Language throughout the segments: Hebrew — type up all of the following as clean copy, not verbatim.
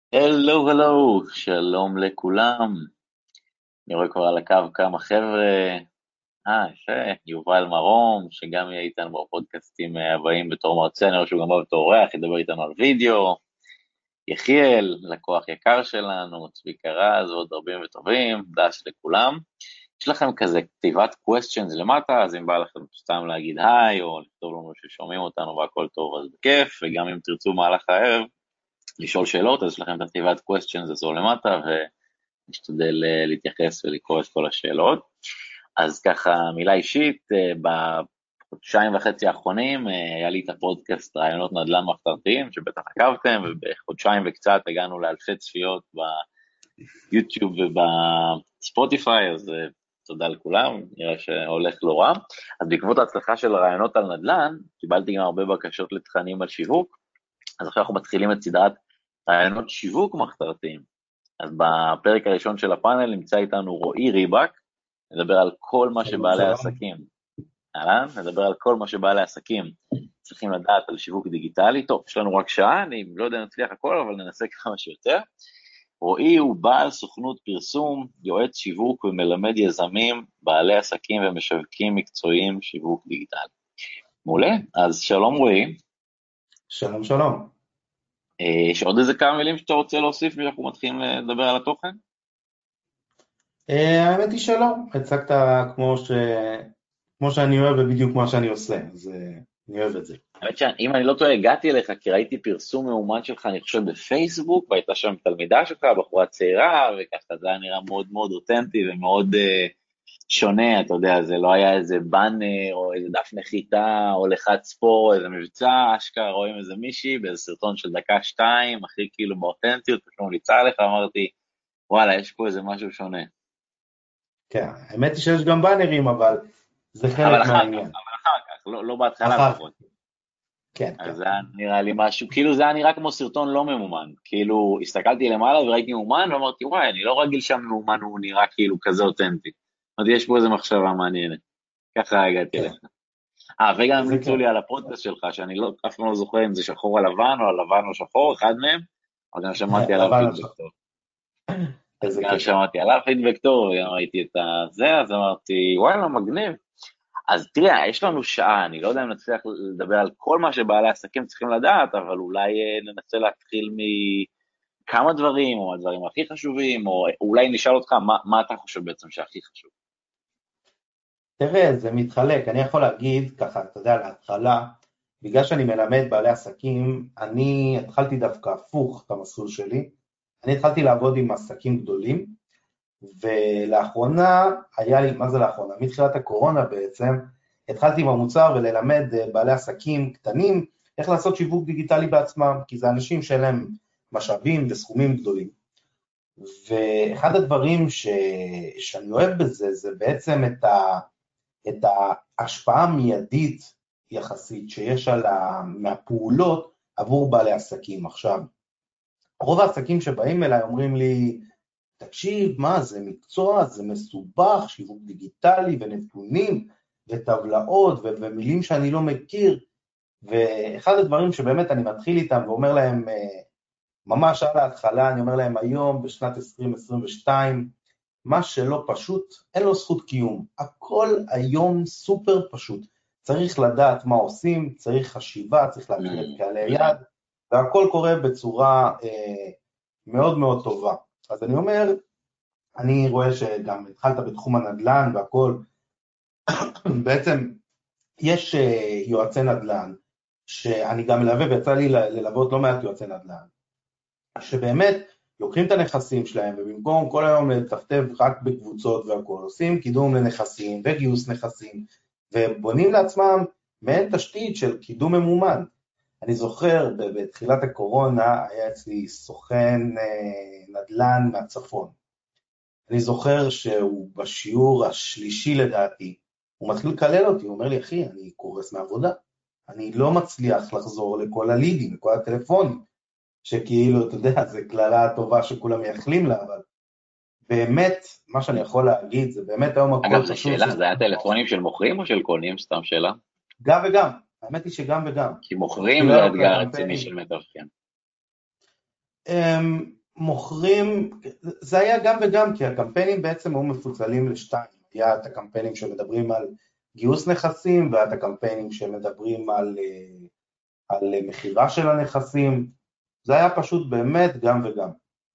הלו, הלו, שלום לכולם. אני רואה כבר על הקו כמה חבר'ה. יפה, יובל מרום, שגם יהיה איתנו בפודקאסטים הבאים בתור מרצה, אני רואה שהוא גם בא בתור אורח, ידבר איתנו על וידאו. יחיאל, לקוח יקר שלנו, צביקה רז ועוד רבים וטובים, דש לכולם. יש לכם כזה כתיבת questions למטה, אז אם בא לכם סתם להגיד היי, או לכתוב לנו ששומעים אותנו והכל טוב, אז בכיף, וגם אם תרצו מהלך הערב, לשאול שאלות, אז יש לכם את הכתיבת questions הזו למטה, ונשתדל להתייחס ולקרוא את כל השאלות. אז ככה, מילה אישית, בחודשיים וחצי האחרונים, היה לי את הפודקאסט רעיונות נדל"ן מחתרתיים, שבטח עקבתם, ובחודשיים וקצת הגענו לאלפי צפיות ביוטיוב ובספוטיפיי, אז תודה לכולם, נראה שהולך לא רע. אז בעקבות ההצלחה של רעיונות על נדל"ן, קיבלתי גם הרבה בקשות לתכנים על שיווק, אז עכשיו אנחנו מתחילים את סדרת רעיונות שיווק מחתרתיים. אז בפרק הראשון של הפאנל נמצא איתנו רועי ריבק, נדבר על כל מה שלום, שבעלי שלום. העסקים, נדבר על כל מה שבעלי העסקים צריכים לדעת על שיווק דיגיטלי. טוב, יש לנו רק שעה, אני לא יודע אם נצליח הכל, אבל ננסה כמה שיותר. רועי הוא בעל סוכנות פרסום, יועץ שיווק ומלמד יזמים, בעלי עסקים ומשווקים מקצועיים שיווק דיגיטלי. מעולה, אז שלום רועי. שלום, שלום. יש עוד איזה כמה מילים שאתה רוצה להוסיף כשאנחנו מתחילים לדבר על התוכן? האמת היא שלא, הצגת כמו שאני אוהב ובדיוק מה שאני עושה, אז אני אוהב את זה. האמת שאם אני לא טועה, הגעתי אליך כי ראיתי פרסום מאומן שלך, אני חושב בפייסבוק, והייתה שם תלמידה שלך, בחורה צעירה, וככה זה היה נראה מאוד מאוד אותנטי ומאוד שונה, אתה יודע, זה לא היה איזה באנר או איזה דף נחיתה או לחץ ספור, איזה מבצע, אשכרה רואים איזה מישהי באיזה סרטון של דקה-שתיים, הכי כאילו באותנטיות, פשוט ממליצה עליך, אמרתי, וואלה, יש פה איזה משהו שונה. כן, האמת היא שיש גם באנרים, אבל זה אבל חלק מהעניין. אחר כך, לא בהתחלה אחר כך, לפחות. כן, אז כן. זה היה נראה לי משהו, כאילו זה היה נראה כמו סרטון לא ממומן, כאילו הסתכלתי למעלה וראיתי מאומן ואמרתי וואי, אני לא רגיל שהמאומן הוא נראה כאילו כזה אותנטי. אמרתי יש פה איזה מחשבה מעניינת, ככה הגעתי אליך. כן, וגם איזה המליצו כיף. לי על הפודקאסט שלך, שאני לא, אף פעם לא זוכר אם זה שחור על לבן או על לבן או שחור, אחד מהם, אבל גם שמעתי עליו לבן על פידבק שחור, טוב. אז איזה גם כיף. שמעתי עליו פידבק טוב, וגם ראיתי את הזה, אז אמרתי וואלה מגניב. אז תראה, יש לנו שעה, אני לא יודע אם נצליח לדבר על כל מה שבעלי עסקים צריכים לדעת, אבל אולי ננסה להתחיל מכמה דברים, או הדברים הכי חשובים, או אולי נשאל אותך מה אתה חושב בעצם שהכי חשוב. תראה, זה מתחלק, אני יכול להגיד ככה, אתה יודע, להתחלה, בגלל שאני מלמד בעלי עסקים, אני התחלתי דווקא הפוך את המסלול שלי, אני התחלתי לעבוד עם עסקים גדולים, ולאחרונה היה לי, מה זה לאחרונה? מתחילת הקורונה בעצם, התחלתי עם המוצר וללמד בעלי עסקים קטנים איך לעשות שיווק דיגיטלי בעצמם, כי זה אנשים שאין להם משאבים וסכומים גדולים. ואחד הדברים שאני אוהב בזה, זה בעצם את ההשפעה המיידית יחסית שיש מהפעולות עבור בעלי עסקים. עכשיו, רוב העסקים שבאים אליי אומרים לי, תקשיב, מה, זה מקצוע, זה מסובך, שיווק דיגיטלי ונתונים וטבלאות ומילים שאני לא מכיר, ואחד הדברים שבאמת אני מתחיל איתם ואומר להם, ממש על ההתחלה, אני אומר להם היום בשנת 2022, מה שלא פשוט, אין לו זכות קיום, הכל היום סופר פשוט, צריך לדעת מה עושים, צריך חשיבה, צריך להכיר את קהלי היעד, והכל קורה בצורה מאוד מאוד טובה. אז אני אומר, אני רואה שגם התחלת בתחום הנדל"ן והכל, בעצם יש יועצי נדל"ן, שאני גם מלווה ויצא לי ללוות לא מעט יועצי נדל"ן, שבאמת לוקחים את הנכסים שלהם, ובמקום כל היום לטפטף רק בקבוצות והכל, עושים קידום לנכסים וגיוס נכסים, ובונים לעצמם מעין תשתית של קידום ממומן. אני זוכר בתחילת הקורונה, היה אצלי סוכן נדל"ן מהצפון, אני זוכר שהוא בשיעור השלישי לדעתי, הוא מתחיל לקלל אותי, הוא אומר לי, אחי, אני קורס מעבודה, אני לא מצליח לחזור לכל הלידים, לכל הטלפונים, שכאילו, אתה יודע, זה כללה טובה שכולם מייחלים לה, אבל באמת, מה שאני יכול להגיד, זה באמת היום אגב, הכל זו פשוט, שאלה, זה היה טלפונים של מוכרים או של קונים? סתם שאלה. גם וגם, האמת היא שגם וגם, כי מוכרים כאילו זה היום אתגר רציני הקמפיינים, של מתווכים. מוכרים, זה היה גם וגם, כי הקמפיינים בעצם היו מפוצלים לשתיים, היה את הקמפיינים שמדברים על גיוס נכסים, ואת הקמפיינים שמדברים על מחירה של הנכסים, זה היה פשוט באמת גם וגם.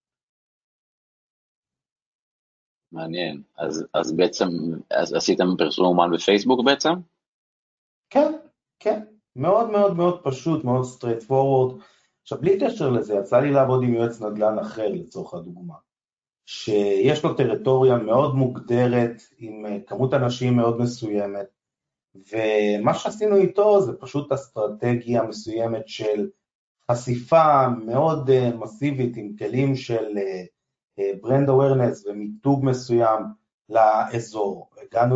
מעניין. אז בעצם, אז עשיתם פרסום אומן בפייסבוק בעצם? כן, כן, מאוד מאוד מאוד פשוט, מאוד straight forward. עכשיו, בלי קשר לזה, יצא לי לעבוד עם יועץ נדל"ן אחר לצורך הדוגמה, שיש לו טריטוריה מאוד מוגדרת, עם כמות אנשים מאוד מסוימת, ומה שעשינו איתו זה פשוט אסטרטגיה מסוימת של חשיפה מאוד מסיבית עם כלים של ברנד אווירנס ומיתוג מסוים לאזור. הגענו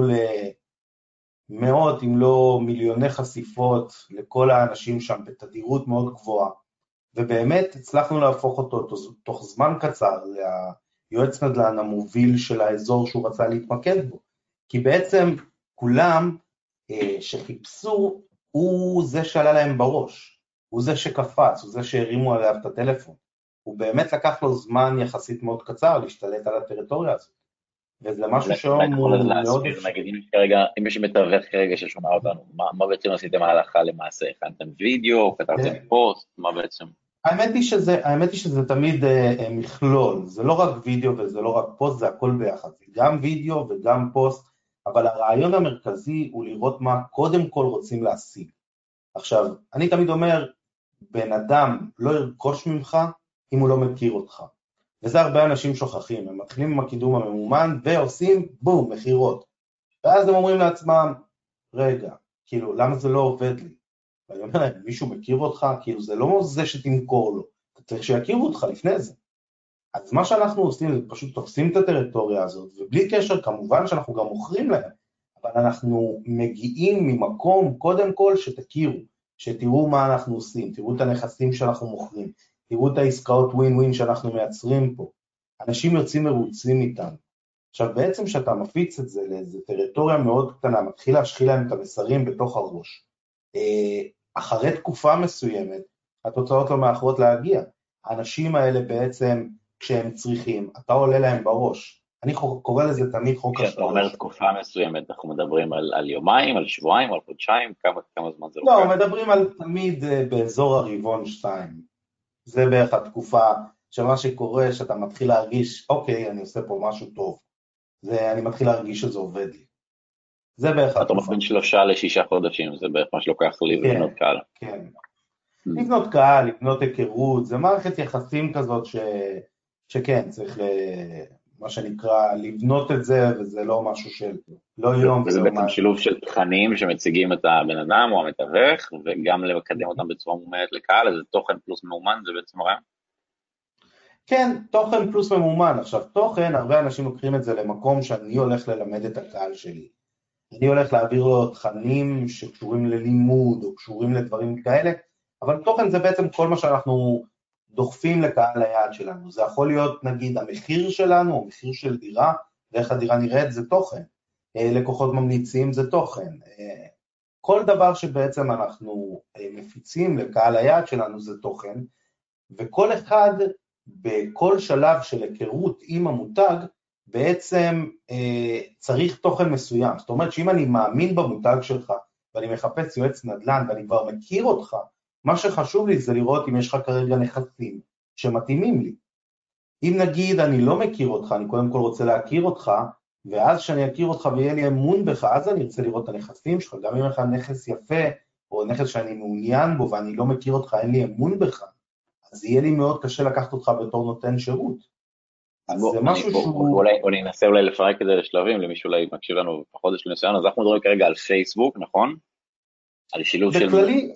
למאות אם לא מיליוני חשיפות לכל האנשים שם בתדירות מאוד גבוהה, ובאמת הצלחנו להפוך אותו תוך זמן קצר ליועץ נדל"ן המוביל של האזור שהוא רצה להתמקד בו, כי בעצם כולם שחיפשו הוא זה שעלה להם בראש, הוא זה שקפץ, הוא זה שהרימו עליו את הטלפון, הוא באמת לקח לו זמן יחסית מאוד קצר להשתלט על הטריטוריה הזאת, וזה משהו שהיום הוא מאוד אפשר. נגיד, אם יש מתווך כרגע ששומע אותנו, מה בעצם עשיתם הלכה למעשה? הכנתם וידאו, כתבתם פוסט, מה בעצם? האמת היא שזה תמיד מכלול, זה לא רק וידאו וזה לא רק פוסט, זה הכל ביחד, זה גם וידאו וגם פוסט, אבל הרעיון המרכזי הוא לראות מה קודם כל רוצים להשיג. עכשיו, אני תמיד אומר, בן אדם לא ירכוש ממך אם הוא לא מכיר אותך, וזה הרבה אנשים שוכחים, הם מתחילים עם הקידום הממומן ועושים בום, מחירות, ואז הם אומרים לעצמם, רגע, כאילו, למה זה לא עובד לי? ואני אומר להם, מישהו מכיר אותך? כאילו זה לא זה שתמכור לו, אתה צריך שיכירו אותך לפני זה. אז מה שאנחנו עושים זה פשוט תופסים את הטריטוריה הזאת, ובלי קשר כמובן שאנחנו גם מוכרים להם, אבל אנחנו מגיעים ממקום קודם כל שתכירו, שתראו מה אנחנו עושים, תראו את הנכסים שאנחנו מוכרים, תראו את העסקאות ווין ווין שאנחנו מייצרים פה, אנשים יוצאים מרוצים איתם. עכשיו בעצם שאתה מפיץ את זה לאיזו טריטוריה מאוד קטנה, מתחיל להשחיל להם את המסרים בתוך הראש, אחרי תקופה מסוימת, התוצאות לא מאחרות להגיע. האנשים האלה בעצם, כשהם צריכים, אתה עולה להם בראש. אני קורא לזה תמיד חוק השלוש. כשאתה אומר תקופה מסוימת, אנחנו מדברים על יומיים, על שבועיים, על חודשיים, כמה זמן זה לוקח? לוקח? לא, מדברים על תמיד באזור הרבעון 2. זה בערך התקופה של מה שקורה, שאתה מתחיל להרגיש, אוקיי, אני עושה פה משהו טוב. אני מתחיל להרגיש שזה עובד לי. זה בערך התקופה. אתה אומר בין 3 ל6 חודשים, זה בערך מה שלוקח לי לבנות קהל. כן. לבנות קהל, לבנות היכרות, זה מערכת יחסים כזאת שכן, צריך מה שנקרא לבנות את זה, וזה לא משהו של לא יום. וזה בעצם שילוב של תכנים שמציגים את הבן אדם או המתווך, וגם לקדם אותם בצורה מומנת לקהל, אז זה תוכן פלוס מאומן, זה בעצם הרעיון? כן, תוכן פלוס ממומן. עכשיו, תוכן, הרבה אנשים לוקחים את זה למקום שאני הולך ללמד את הקהל שלי. אני הולך להעביר לו תכנים שקשורים ללימוד או קשורים לדברים כאלה, אבל תוכן זה בעצם כל מה שאנחנו דוחפים לקהל היעד שלנו. זה יכול להיות נגיד המחיר שלנו, או מחיר של דירה, ואיך הדירה נראית זה תוכן. לקוחות ממליצים זה תוכן. כל דבר שבעצם אנחנו מפיצים לקהל היעד שלנו זה תוכן, וכל אחד בכל שלב של היכרות עם המותג, בעצם צריך תוכן מסוים. זאת אומרת שאם אני מאמין במותג שלך, ואני מחפש יועץ נדל"ן, ואני כבר מכיר אותך, מה שחשוב לי זה לראות אם יש לך כרגע נכסים שמתאימים לי. אם נגיד אני לא מכיר אותך, אני קודם כל רוצה להכיר אותך, ואז שאני אכיר אותך ויהיה לי אמון בך, אז אני ארצה לראות את הנכסים שלך, גם אם לך נכס יפה, או נכס שאני מעוניין בו, ואני לא מכיר אותך, אין לי אמון בך, אז יהיה לי מאוד קשה לקחת אותך בתור נותן שירות. אז זה משהו שהוא... אני אנסה אולי לפרק את זה לשלבים, למישהו אולי מקשיב לנו פחות יש ניסיון, אז אנחנו מדברים כרגע על פייסבוק, נכון? על שילוב של...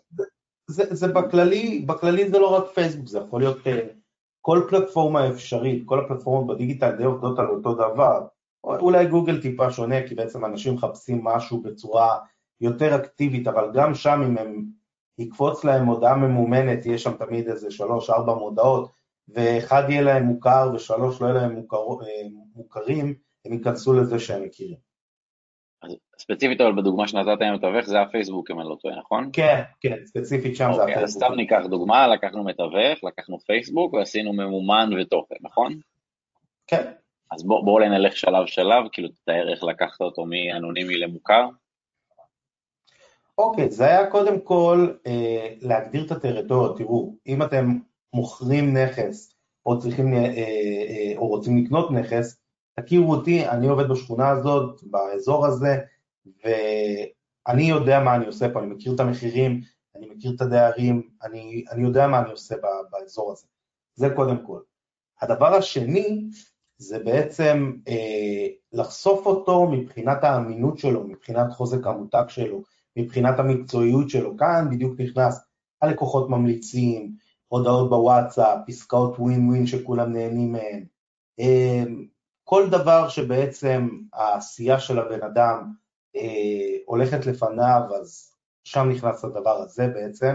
זה בכללי זה לא רק פייסבוק, זה יכול להיות כל פלטפורמה אפשרית, כל הפלטפורמות בדיגיטל די עובדות על אותו דבר, אולי גוגל טיפה שונה, כי בעצם אנשים מחפשים משהו בצורה יותר אקטיבית, אבל גם שם אם הם יקפוץ להם הודעה ממומנת, יש שם תמיד איזה 3-4 מודעות, ואחד יהיה להם מוכר ו3 לא יהיה להם מוכרים, הם ייכנסו לזה שהם מכירים. אז ספציפית, אבל בדוגמה שנתת עם מתווך, זה הפייסבוק, אם אני לא טועה, נכון? כן, כן, ספציפית שם זה אוקיי, אז הפייסבוק. סתם ניקח דוגמה, לקחנו מתווך, לקחנו פייסבוק, ועשינו ממומן ותוכן, נכון? כן, אז בואו נלך שלב שלב, כאילו תתאר איך לקחת אותו מאנונימי למוכר. אוקיי, זה היה קודם כל להגדיר את הטריטוריות. תראו, אם אתם מוכרים נכס או צריכים או רוצים לקנות נכס, תכירו אותי, אני עובד בשכונה הזאת, באזור הזה, ואני יודע מה אני עושה פה, אני מכיר את המחירים, אני מכיר את הדיירים, אני יודע מה אני עושה באזור הזה. זה קודם כל. הדבר השני, זה בעצם לחשוף אותו מבחינת האמינות שלו, מבחינת חוזק המותג שלו, מבחינת המקצועיות שלו. כאן בדיוק נכנס הלקוחות ממליצים, הודעות בוואטסאפ, פסקאות ווין ווין שכולם נהנים מהן, כל דבר שבעצם העשייה של הבן אדם הולכת לפניו, אז שם נכנס הדבר הזה בעצם.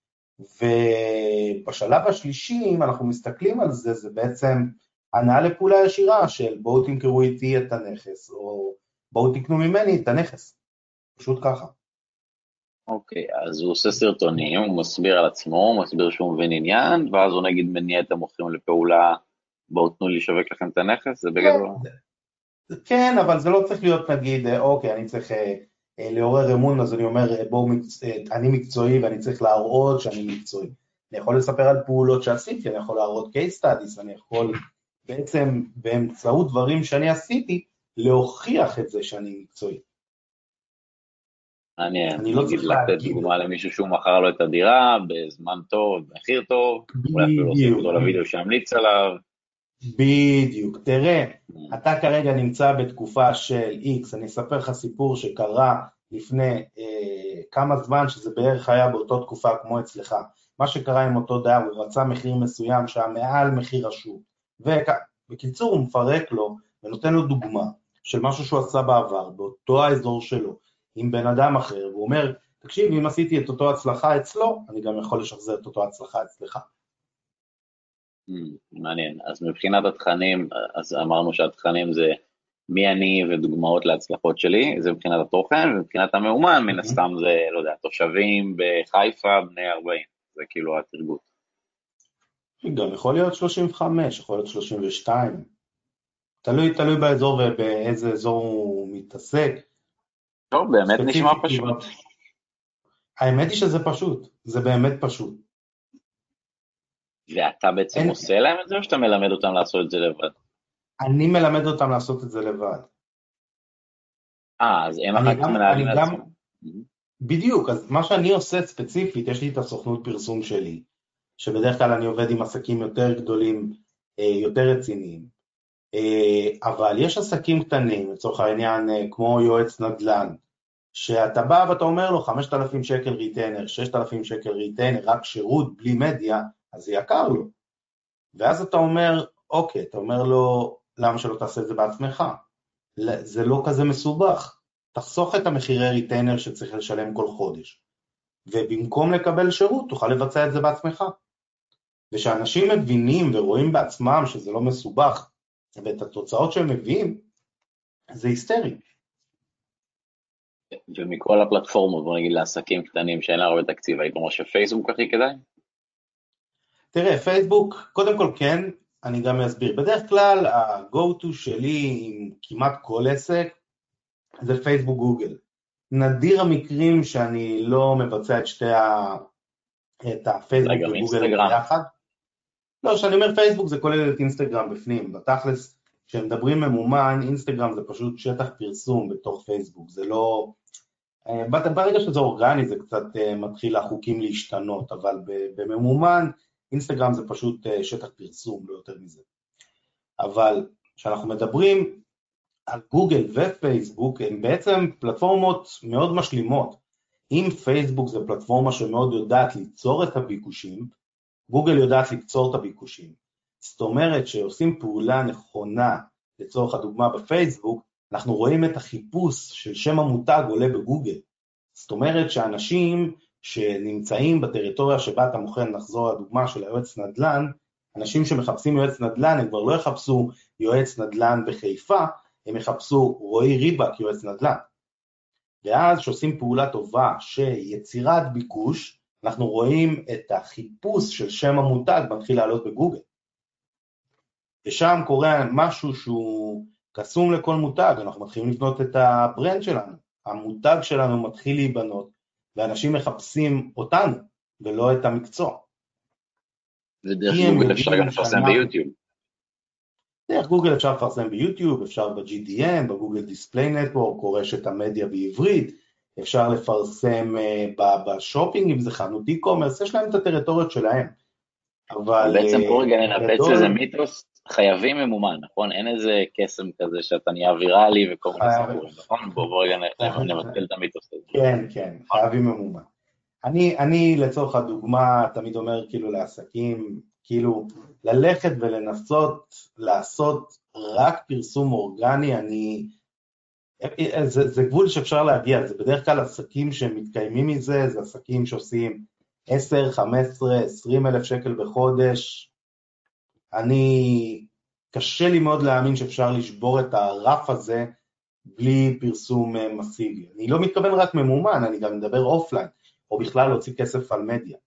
ובשלב השלישי, אם אנחנו מסתכלים על זה, זה בעצם הנעה לפעולה ישירה של בואו תמכרו איתי את הנכס, או בואו תקנו ממני את הנכס, פשוט ככה. אוקיי, אז הוא עושה סרטונים, הוא מסביר על עצמו, הוא מסביר שהוא מבין עניין, ואז הוא נגיד מניע את המוכרים לפעולה, בואו תנו לי לשווק לכם את הנכס, זה בגדול. כן, אבל זה לא צריך להיות נגיד, אוקיי, אני צריך לעורר אמון, אז אני אומר, בואו, אני מקצועי ואני צריך להראות שאני מקצועי. אני יכול לספר על פעולות שעשיתי, אני יכול להראות case studies, אני יכול בעצם באמצעות דברים שאני עשיתי, להוכיח את זה שאני מקצועי. מעניין, אני לא נגיד צריך לתת להגיד. דוגמה למישהו שהוא מכר לו את הדירה, בזמן טוב, במחיר טוב, אולי אפילו להוסיף בדיוק, אותו לוידאו שהמליץ עליו. בדיוק. תראה, אתה כרגע נמצא בתקופה של X, אני אספר לך סיפור שקרה לפני כמה זמן, שזה בערך היה באותו תקופה כמו אצלך. מה שקרה עם אותו דייר, הוא רצה מחיר מסוים שהיה מעל מחיר השוק, ובקיצור הוא מפרק לו ונותן לו דוגמה של משהו שהוא עשה בעבר, באותו האזור שלו, עם בן אדם אחר, והוא אומר, תקשיב, אם עשיתי את אותו הצלחה אצלו, אני גם יכול לשחזר את אותו הצלחה אצלך. מעניין, אז מבחינת התכנים, אז אמרנו שהתכנים זה מי אני ודוגמאות להצלחות שלי, זה מבחינת התוכן, ומבחינת המאומן, מן הסתם זה, לא יודע, תושבים בחיפה, בני 40, זה כאילו התרגות. גם יכול להיות 35, יכול להיות 32, תלוי באזור ובאיזה אזור הוא מתעסק. טוב, באמת נשמע ספציפית, פשוט. האמת היא שזה פשוט, זה באמת פשוט. ואתה בעצם אין, עושה להם את זה, או שאתה מלמד אותם לעשות את זה לבד? אני מלמד אותם לעשות את זה לבד. אז הם אחר כך אני מנהלים גם, לעצמם. בדיוק, אז מה שאני עושה ספציפית, יש לי את הסוכנות פרסום שלי, שבדרך כלל אני עובד עם עסקים יותר גדולים, יותר רציניים, אבל יש עסקים קטנים, לצורך העניין, כמו יועץ נדל"ן, שאתה בא ואתה אומר לו 5,000 שקל ריטיינר, 6,000 שקל ריטיינר, רק שירות בלי מדיה, אז זה יקר לו. ואז אתה אומר, אוקיי, אתה אומר לו, למה שלא תעשה את זה בעצמך? זה לא כזה מסובך. תחסוך את המחירי ריטיינר שצריך לשלם כל חודש. ובמקום לקבל שירות, תוכל לבצע את זה בעצמך. ושאנשים מבינים ורואים בעצמם שזה לא מסובך, ואת התוצאות שהם מביאים, זה היסטרי. ומכל הפלטפורמות, בוא נגיד לעסקים קטנים שאין לה הרבה תקציב, היית אומר שפייסבוק הכי כדאי? תראה, פייסבוק, קודם כל כן, אני גם אסביר. בדרך כלל, ה-go-to שלי עם כמעט כל עסק, זה פייסבוק גוגל. נדיר המקרים שאני לא מבצע את הפייסבוק וגוגל ביחד. לא, כשאני אומר פייסבוק זה כולל את אינסטגרם בפנים. בתכלס, כשמדברים ממומן, אינסטגרם זה פשוט שטח פרסום בתוך פייסבוק. זה לא... ברגע שזה אורגני זה קצת מתחיל החוקים להשתנות, אבל בממומן, אינסטגרם זה פשוט שטח פרסום, לא יותר מזה. אבל כשאנחנו מדברים על גוגל ופייסבוק, הן בעצם פלטפורמות מאוד משלימות. אם פייסבוק זה פלטפורמה שמאוד יודעת ליצור את הביקושים, גוגל יודעת לקצור את הביקושים. זאת אומרת שעושים פעולה נכונה, לצורך הדוגמה בפייסבוק, אנחנו רואים את החיפוש של שם המותג עולה בגוגל. זאת אומרת שאנשים שנמצאים בטריטוריה שבה אתה מוכן, נחזור לדוגמה של היועץ נדל"ן, אנשים שמחפשים יועץ נדל"ן, הם כבר לא יחפשו יועץ נדל"ן בחיפה, הם יחפשו רועי ריבק יועץ נדל"ן. ואז שעושים פעולה טובה שיצירת ביקוש, אנחנו רואים את החיפוש של שם המותג מתחיל לעלות בגוגל. ושם קורה משהו שהוא קסום לכל מותג, אנחנו מתחילים לבנות את הברנד שלנו, המותג שלנו מתחיל להיבנות, ואנשים מחפשים אותנו, ולא את המקצוע. ודרך גוגל אפשר גם לפרסם ביוטיוב. דרך גוגל אפשר לפרסם ביוטיוב, אפשר ב-GDN, בגוגל דיספליי נטוורק, קורשת המדיה בעברית, אפשר לפרסם בשופינג, אם זה חנות e-commerce, יש להם את הטריטוריות שלהם. אבל בעצם פה רגע ננפץ איזה מיתוס, חייבים ממומן, נכון? אין איזה קסם כזה שאתה נהיה ויראלי וכל מיני סיפורים, נכון? בוא רגע נבטל את המיתוס הזה. כן, כן, חייבים ממומן. אני לצורך הדוגמה תמיד אומר כאילו לעסקים, כאילו ללכת ולנסות לעשות רק פרסום אורגני, זה גבול שאפשר להגיע, זה בדרך כלל עסקים שמתקיימים מזה, זה עסקים שעושים 10, 15, 20 אלף שקל בחודש, קשה לי מאוד להאמין שאפשר לשבור את הרף הזה בלי פרסום מסיבי. אני לא מתכוון רק ממומן, אני גם מדבר אופליין, או בכלל להוציא כסף על מדיה.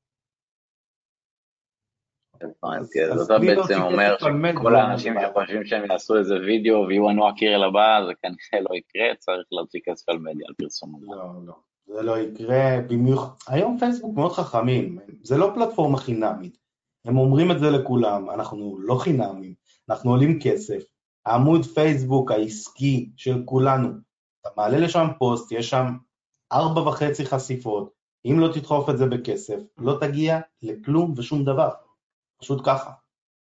אז אתה בעצם אומר שכל האנשים שחושבים שהם יעשו איזה וידאו ויהיו הנוע קירל הבא, זה כנראה לא יקרה, צריך להוציא כסף על מדיה, על פרסום. לא, זה לא יקרה, היום פייסבוק מאוד חכמים, זה לא פלטפורמה חינמית, הם אומרים את זה לכולם, אנחנו לא חינמים, אנחנו עולים כסף, העמוד פייסבוק העסקי של כולנו, אתה מעלה לשם פוסט, יש שם 4.5 חשיפות, אם לא תדחוף את זה בכסף, לא תגיע לכלום ושום דבר, פשוט ככה.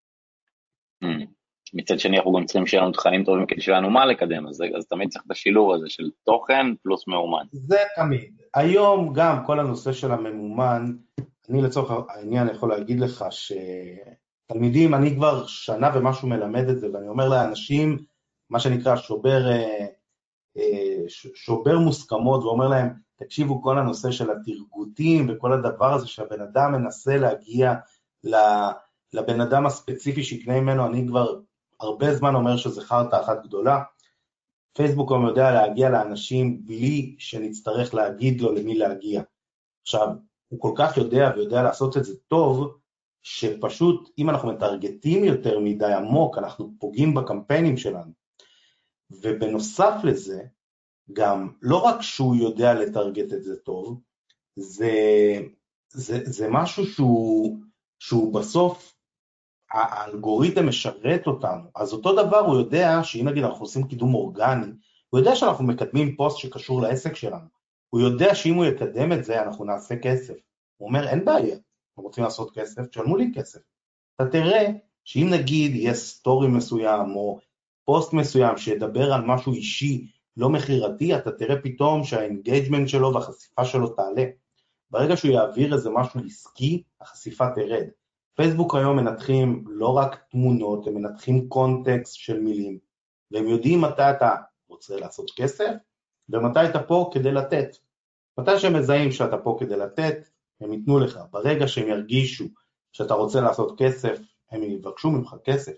מצד שני אנחנו גם צריכים שיהיה לנו תכנים טובים כדי שלנו מה לקדם, אז תמיד צריך את השילוב הזה של תוכן פלוס מאומן. זה תמיד. היום גם כל הנושא של הממומן, אני לצורך העניין יכול להגיד לך שתלמידים, אני כבר שנה ומשהו מלמד את זה, ואני אומר לאנשים, מה שנקרא שובר מוסכמות, ואומר להם, תקשיבו כל הנושא של התרגותים וכל הדבר הזה שהבן אדם מנסה להגיע לבן אדם הספציפי שיקנה ממנו, אני כבר הרבה זמן אומר שזה חרטה אחת גדולה, פייסבוק גם יודע להגיע לאנשים בלי שנצטרך להגיד לו למי להגיע. עכשיו, הוא כל כך יודע ויודע לעשות את זה טוב, שפשוט אם אנחנו מטרגטים יותר מדי עמוק, אנחנו פוגעים בקמפיינים שלנו. ובנוסף לזה, גם לא רק שהוא יודע לטרגט את זה טוב, זה משהו שהוא בסוף, האלגוריתם משרת אותנו, אז אותו דבר הוא יודע שאם נגיד אנחנו עושים קידום אורגני, הוא יודע שאנחנו מקדמים פוסט שקשור לעסק שלנו, הוא יודע שאם הוא יקדם את זה אנחנו נעשה כסף, הוא אומר אין בעיה, אנחנו רוצים לעשות כסף, תשלמו לי כסף, אתה תראה שאם נגיד יהיה סטורי מסוים או פוסט מסוים שידבר על משהו אישי לא מחירתי, אתה תראה פתאום שהאנגייג'מנט שלו והחשיפה שלו תעלה, ברגע שהוא יעביר איזה משהו עסקי, החשיפה תרד. פייסבוק היום מנתחים לא רק תמונות, הם מנתחים קונטקסט של מילים, והם יודעים מתי אתה רוצה לעשות כסף, ומתי אתה פה כדי לתת. מתי שהם מזהים שאתה פה כדי לתת, הם ייתנו לך. ברגע שהם ירגישו שאתה רוצה לעשות כסף, הם יבקשו ממך כסף.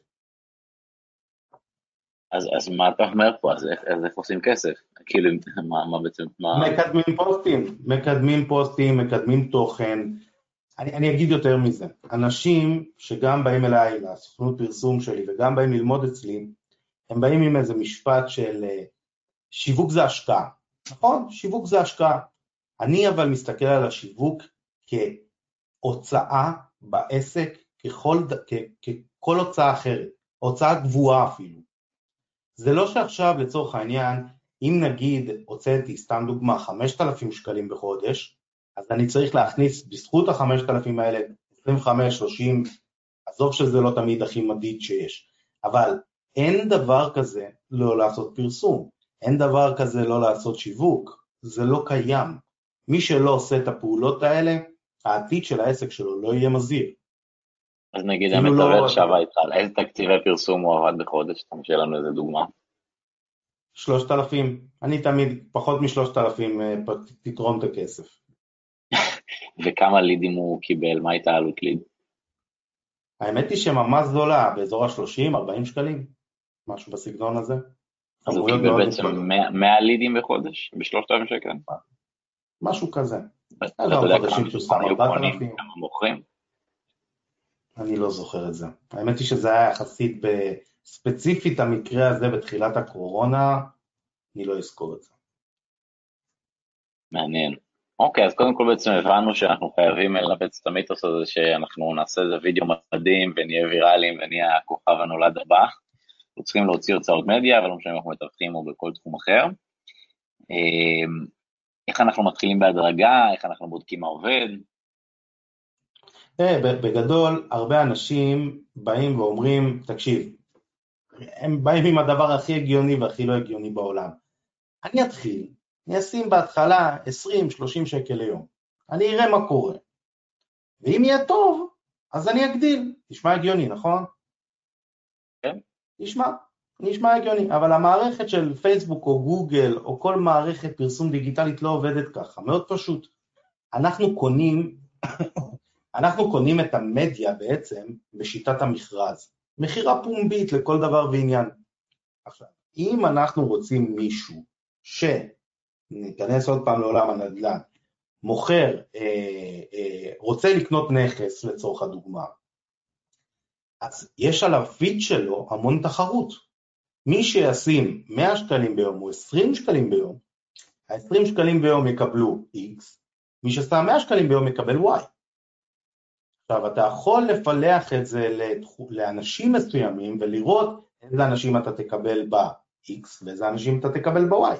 אז מה אתה אומר פה? אז איך עושים כסף? כאילו, מה בעצם? מקדמים פוסטים, מקדמים תוכן, אני אגיד יותר מזה, אנשים שגם באים אליי לסוכנות פרסום שלי וגם באים ללמוד אצלי, הם באים עם איזה משפט של שיווק זה השקעה, נכון? שיווק זה השקעה, אני אבל מסתכל על השיווק כהוצאה בעסק, ככל הוצאה אחרת, הוצאה גבוהה אפילו, זה לא שעכשיו לצורך העניין, אם נגיד הוצאתי סתם דוגמה 5,000 שקלים בחודש, אז אני צריך להכניס בזכות ה5,000 האלה 25, 30, עזוב שזה לא תמיד הכי מדיד שיש, אבל אין דבר כזה לא לעשות פרסום, אין דבר כזה לא לעשות שיווק, זה לא קיים. מי שלא עושה את הפעולות האלה, העתיד של העסק שלו לא יהיה מזהיר. אז נגיד המתווך שווה איתך, איזה תקציבי פרסום הוא עבד בחודש? אתה משאיר לנו איזה דוגמה. 3,000, אני תמיד פחות מ3,000 תתרום את הכסף. וכמה לידים הוא קיבל? מה הייתה עלות ליד? האמת היא שממש זולה, באזור ה-30-40 שקלים, משהו בסגנון הזה. אז הוא כמויות קיבל מאוד בעצם נכבדות. 100 לידים בחודש, ב3,000 שקל? משהו כזה. היה ואתה גם יודע כמה חודשים מתוכם פרסם היו קונים, 4,000, כמה מוכרים? אני לא זוכר את זה. האמת היא שזה היה יחסית ספציפית המקרה הזה בתחילת הקורונה, אני לא אזכור את זה. מעניין. אוקיי, אז קודם כל בעצם הבנו שאנחנו חייבים לנפץ את המיתוס הזה, שאנחנו נעשה איזה וידאו מדהים ונהיה ויראליים ונהיה הכוכב הנולד הבא. אנחנו צריכים להוציא הוצאות מדיה, אבל לא משנה אם אנחנו מתווכים או בכל תחום אחר. איך אנחנו מתחילים בהדרגה, איך אנחנו בודקים מה עובד? בגדול, הרבה אנשים באים ואומרים, תקשיב, הם באים עם הדבר הכי הגיוני והכי לא הגיוני בעולם. אני אתחיל, אני אשים בהתחלה 20-30 שקל ליום. אני אראה מה קורה. ואם יהיה טוב, אז אני אגדיל. נשמע הגיוני, נכון? כן. נשמע הגיוני, אבל המערכת של פייסבוק או גוגל או כל מערכת פרסום דיגיטלית לא עובדת ככה, מאוד פשוט. אנחנו קונים את המדיה בעצם בשיטת המכרז, מחירה פומבית לכל דבר ועניין. עכשיו, אם אנחנו רוצים מישהו שניכנס עוד פעם לעולם הנדל"ן, מוכר, רוצה לקנות נכס לצורך הדוגמה, אז יש על הפיד שלו המון תחרות. מי שישים 100 שקלים ביום או 20 שקלים ביום, ה-20 שקלים ביום יקבלו X, מי ששם 100 שקלים ביום יקבל Y. עכשיו, אתה יכול לפלח את זה לאנשים מסוימים ולראות איזה אנשים אתה תקבל ב-X ואיזה אנשים אתה תקבל ב-Y.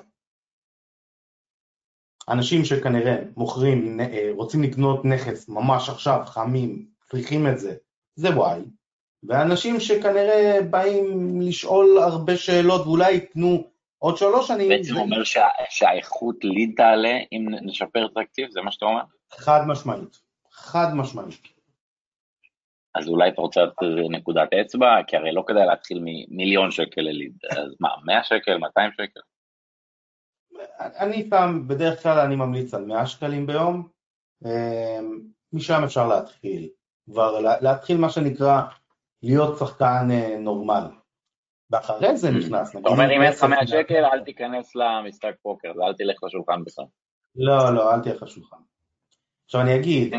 אנשים שכנראה מוכרים, רוצים לקנות נכס ממש עכשיו, חמים, צריכים את זה, זה Y. ואנשים שכנראה באים לשאול הרבה שאלות ואולי יקנו עוד 3 שנים. בעצם אומר שהאיכות ליד תעלה אם נשפר את התקציב, זה מה שאתה אומר? חד משמעית, חד משמעית. אז אולי אתה רוצה את נקודת אצבע, כי הרי לא כדאי להתחיל מ1,000,000 שקל לליד, אז מה, 100 שקל, 200 שקל? אני פעם, בדרך כלל אני ממליץ על 100 שקלים ביום, משם אפשר להתחיל, כבר להתחיל מה שנקרא להיות שחקן נורמל, ואחרי זה נכנס. אתה אומר אם אין לך 100 שקל, אל תיכנס למשחק פוקר, אל תלך לשולחן בכלל. לא, אל תלך לשולחן. עכשיו אני אגיד,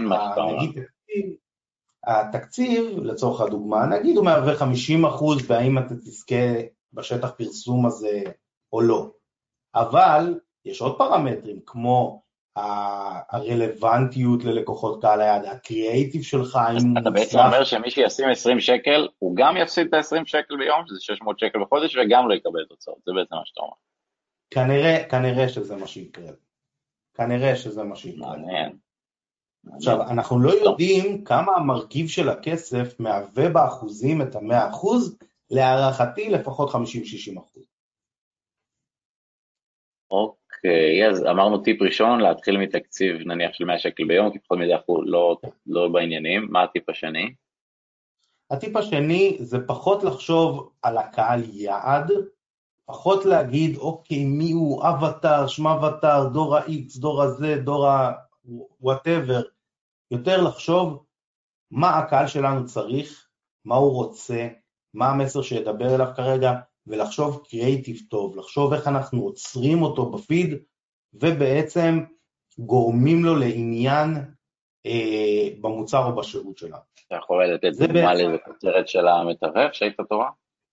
התקציב לצורך הדוגמה, נגיד הוא מהווה 50% והאם אתה תזכה בשטח פרסום הזה או לא, אבל יש עוד פרמטרים כמו הרלוונטיות ללקוחות קהל היעד, הקריאייטיב שלך. אתה בעצם אומר שמי שישים 20 שקל, הוא גם יפסיד את ה-20 שקל ביום, שזה 600 שקל בחודש, וגם לא יקבל תוצאות, זה בעצם מה שאתה אומר. כנראה שזה מה שיקרה. כנראה שזה מה שיקרה. מעניין. עכשיו, אנחנו לא יודעים כמה המרכיב של הכסף מהווה באחוזים את ה-100%, להערכתי לפחות 50-60%. אוקיי, אז אמרנו טיפ ראשון, להתחיל מתקציב נניח של 100 שקל ביום, כי פחות מדי אנחנו לא בעניינים. מה הטיפ השני? הטיפ השני זה פחות לחשוב על הקהל יעד, פחות להגיד אוקיי מי הוא אבטר, שמה אבטר, דור ה-X, דור הזה, דור ה-whatever, יותר לחשוב מה הקהל שלנו צריך, מה הוא רוצה, מה המסר שידבר אליו כרגע, ולחשוב קריאייטיב טוב, לחשוב איך אנחנו עוצרים אותו בפיד, ובעצם גורמים לו לעניין במוצר או בשירות שלנו. אתה יכול לתת דוגמה לאיזה כותרת של המתווך שהיית טובה?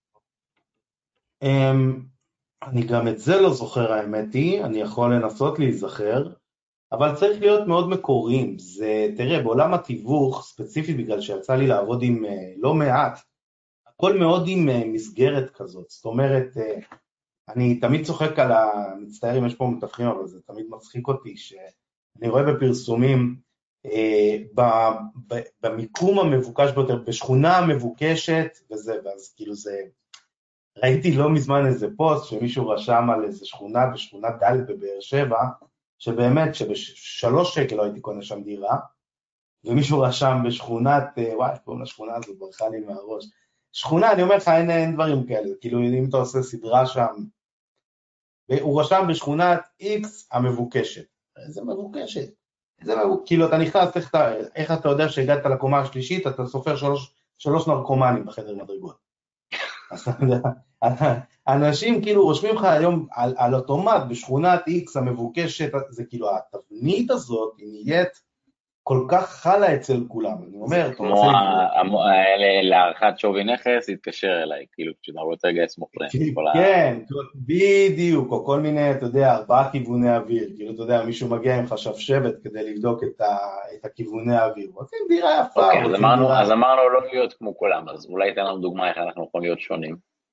אני גם את זה לא זוכר, האמת היא, אני יכול לנסות להיזכר, אבל צריך להיות מאוד מקוריים. תראה, בעולם התיווך, ספציפית בגלל שיצא לי לעבוד עם לא מעט, הכל מאוד עם מסגרת כזאת. זאת אומרת, אני תמיד צוחק על מצטער אם יש פה מתווכים, אבל זה תמיד מצחיק אותי, שאני רואה בפרסומים, במיקום המבוקש ביותר, בשכונה המבוקשת, ואז כאילו זה, ראיתי לא מזמן איזה פוסט, שמישהו רשם על איזה שכונה, בשכונת ד' בבאר שבע, שבאמת שב3 שקל לא הייתי קונה שם דירה, ומישהו רשם בשכונת, וואי, קוראים לשכונה הזאת, ברכה לי מהראש, שכונה, אני אומר לך, אין דברים כאלה, כאילו אם אתה עושה סדרה שם, הוא רשם בשכונת X המבוקשת, איזה מבוקשת, כאילו אתה נכנס, איך אתה יודע שהגעת לקומה השלישית, אתה סופר 3 נרקומנים בחדר מדרגות, אז אתה יודע, אנשים כאילו רושמים לך היום על אוטומט בשכונת X המבוקשת, זה כאילו התבנית הזאת היא נהיית כל כך חלה אצל כולם, אני אומר, אתה כמו רוצה לגבות. להערכת שווי נכס, התקשר אליי, כאילו, כשאתה רוצה לגייס מוכרים. כן, בדיוק, או כל מיני, אתה יודע, 4 כיווני אוויר, כאילו, אתה יודע, מישהו מגיע עם חשבשבת כדי לבדוק את הכיווני האוויר, רוצים דירה יפה, אוקיי, רוצים דירה... אז אמרנו לא להיות כמו כולם, אז אולי תן לנו דוגמה איך אנחנו יכולים להיות שונים.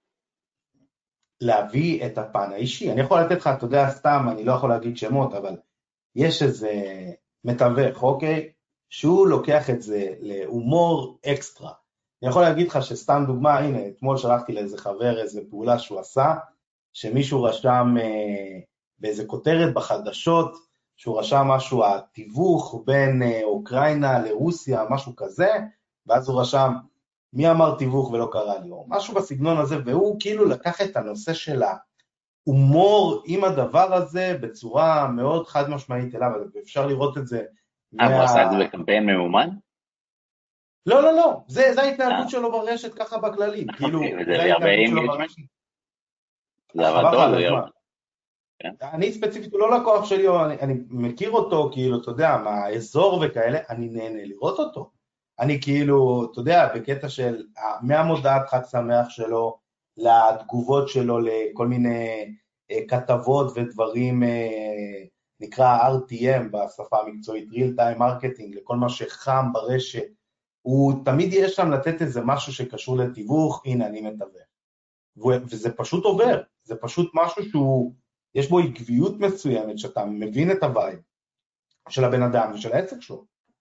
להביא את הפן האישי, אני יכול לתת לך, אתה יודע, סתם, אני לא יכול להגיד שמות, אבל יש איזה מתווך, אוקיי, שהוא לוקח את זה להומור אקסטרה. אני יכול להגיד לך שסתם דוגמה, הנה, אתמול שלחתי לאיזה חבר איזה פעולה שהוא עשה, שמישהו רשם באיזה כותרת בחדשות, שהוא רשם משהו, התיווך בין אוקראינה לרוסיה, משהו כזה, ואז הוא רשם, מי אמר תיווך ולא קרא לי, או משהו בסגנון הזה, והוא כאילו לקח את הנושא של ההומור עם הדבר הזה בצורה מאוד חד משמעית אליו, ואפשר לראות את זה הוא עשה את זה בקמפיין ממומן? לא, לא, לא, זה ההתנהגות שלו ברשת ככה בכללי, כאילו, וזה זה הרבה ההתנהגות שלו אינגייג'מנט? ברשת. זה עבד חבל לך טוב? על זה הזמן. יום. כן. אני ספציפית, הוא לא לקוח שלי, אני מכיר אותו, כאילו, אתה יודע, מהאזור וכאלה, אני נהנה לראות אותו. אני כאילו, אתה יודע, בקטע של, מהמודעת חג שמח שלו, לתגובות שלו, לכל מיני כתבות ודברים, נקרא RTM בשפה המקצועית, real time marketing, לכל מה שחם ברשת, הוא תמיד יש שם לתת איזה משהו שקשור לתיווך, הנה אני מתווך. וזה פשוט עובר, זה פשוט משהו שהוא, יש בו עקביות מסוימת, שאתה מבין את הווייב של הבן אדם ושל העסק שלו.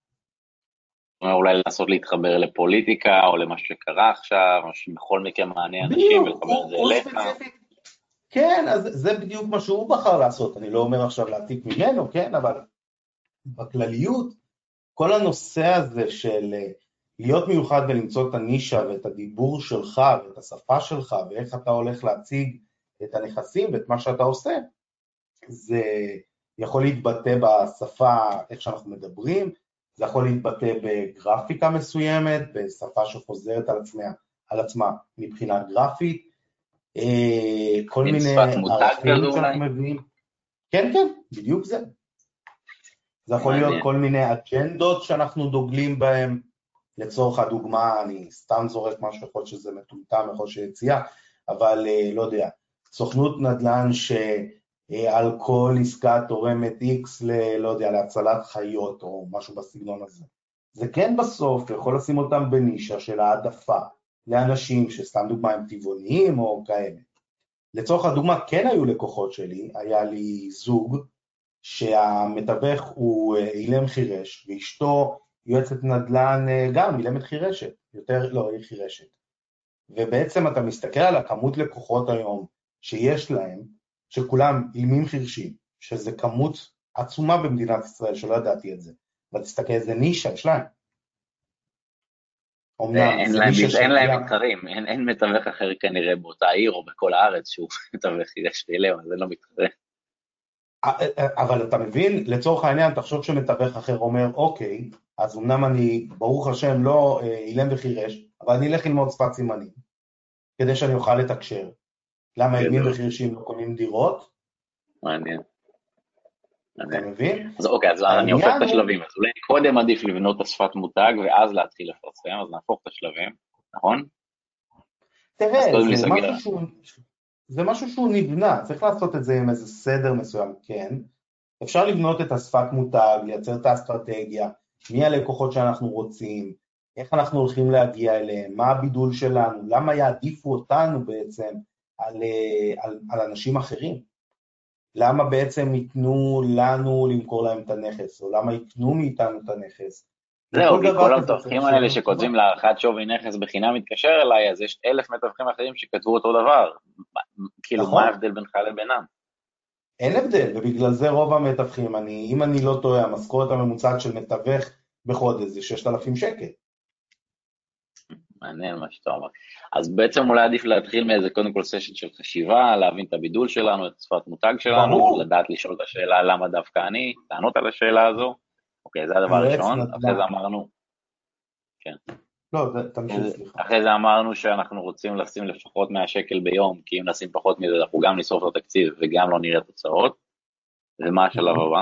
אולי לנסות להתחבר לפוליטיקה, או למה שקרה עכשיו, או שבכל מקרה מעניין אנשים, ולחבר את זה הוא אליך. ספציפית. כן, אז זה בדיוק מה שהוא בחר לעשות, אני לא אומר עכשיו להעתיק ממנו, כן, אבל בכלליות, כל הנושא הזה של להיות מיוחד ולמצוא את הנישה ואת הדיבור שלך ואת השפה שלך ואיך אתה הולך להציג את הנכסים ואת מה שאתה עושה, זה יכול להתבטא בשפה, איך שאנחנו מדברים, זה יכול להתבטא בגרפיקה מסוימת, בשפה שחוזרת על עצמה מבחינה גרפית, כל מין מיני שפת מותג ערכים כזו שאנחנו אולי? מביאים. כן, כן, בדיוק זה. זה יכול להיות מעניין. כל מיני אג'נדות שאנחנו דוגלים בהם, לצורך הדוגמה, אני סתם זורק משהו, יכול שזה מטומטם, יכול שיציאה, אבל לא יודע, סוכנות נדל"ן שעל כל עסקה תורמת X לא יודע, להצלת חיות או משהו בסגנון הזה. זה כן בסוף יכול לשים אותם בנישה של העדפה לאנשים שסתם דוגמה הם טבעוניים או כאלה. לצורך הדוגמה כן היו לקוחות שלי, היה לי זוג שהמתווך הוא אילם חירש ואשתו יועצת נדל"ן גם אילמת חירשת, יותר לא, היא חירשת. ובעצם אתה מסתכל על הכמות לקוחות היום שיש להם, שכולם אילמים חירשים, שזה כמות עצומה במדינת ישראל שלא ידעתי את זה, ותסתכל איזה נישה יש להם. אמנם זה נישה אין להם שתהיה... מתחרים, אין מתווך אחר כנראה באותה עיר או בכל הארץ שהוא מתווך חירש ואילם, אז אין לו מתחרה. אבל אתה מבין, לצורך העניין, תחשוב שמתווך אחר אומר, אוקיי, אז אמנם אני, ברוך השם, לא אילם וחירש, אבל אני אלך ללמוד שפת סימנים, כדי שאני אוכל לתקשר. למה אילמים וחירשים לא קונים דירות? מעניין. אתה מבין? אז אוקיי, אז אני הופך את השלבים, אז אולי קודם עדיף לבנות את השפת מותג, ואז להתחיל לפרסם, אז נהפוך את השלבים, נכון? תראה, זה זה משהו שהוא נבנה, צריך לעשות את זה עם איזה סדר מסוים, כן? אפשר לבנות את השפת מותג, לייצר את האסטרטגיה, מי הלקוחות שאנחנו רוצים, איך אנחנו הולכים להגיע אליהם, מה הבידול שלנו, למה יעדיפו אותנו בעצם על אנשים אחרים, למה בעצם ייתנו לנו למכור להם את הנכס, או למה יקנו מאיתנו את הנכס. זהו, כי כל המתווכים האלה שכותבים להערכת שווי נכס בחינם מתקשר אליי, אז יש 1,000 מתווכים אחרים שכתבו אותו דבר, כאילו מה ההבדל בינך לבינם? אין הבדל, ובגלל זה רוב המתווכים, אם אני לא טועה, המשכורת הממוצעת של מתווך בחודש זה 6,000 שקל. מעניין מה שאתה אומר. אז בעצם אולי עדיף להתחיל מאיזה קודם כל סשן של חשיבה, להבין את הבידול שלנו, את שפת מותג שלנו, לדעת לשאול את השאלה למה דווקא אני, לענות על השאלה הזו. אוקיי, זה הדבר הראשון, אחרי זה אמרנו, כן. לא, תמשיך, סליחה. אחרי זה אמרנו שאנחנו רוצים לשים לפחות 100 שקל ביום, כי אם נשים פחות מזה, אנחנו גם נשרוף את התקציב וגם לא נראה תוצאות. ומה השלב הבא?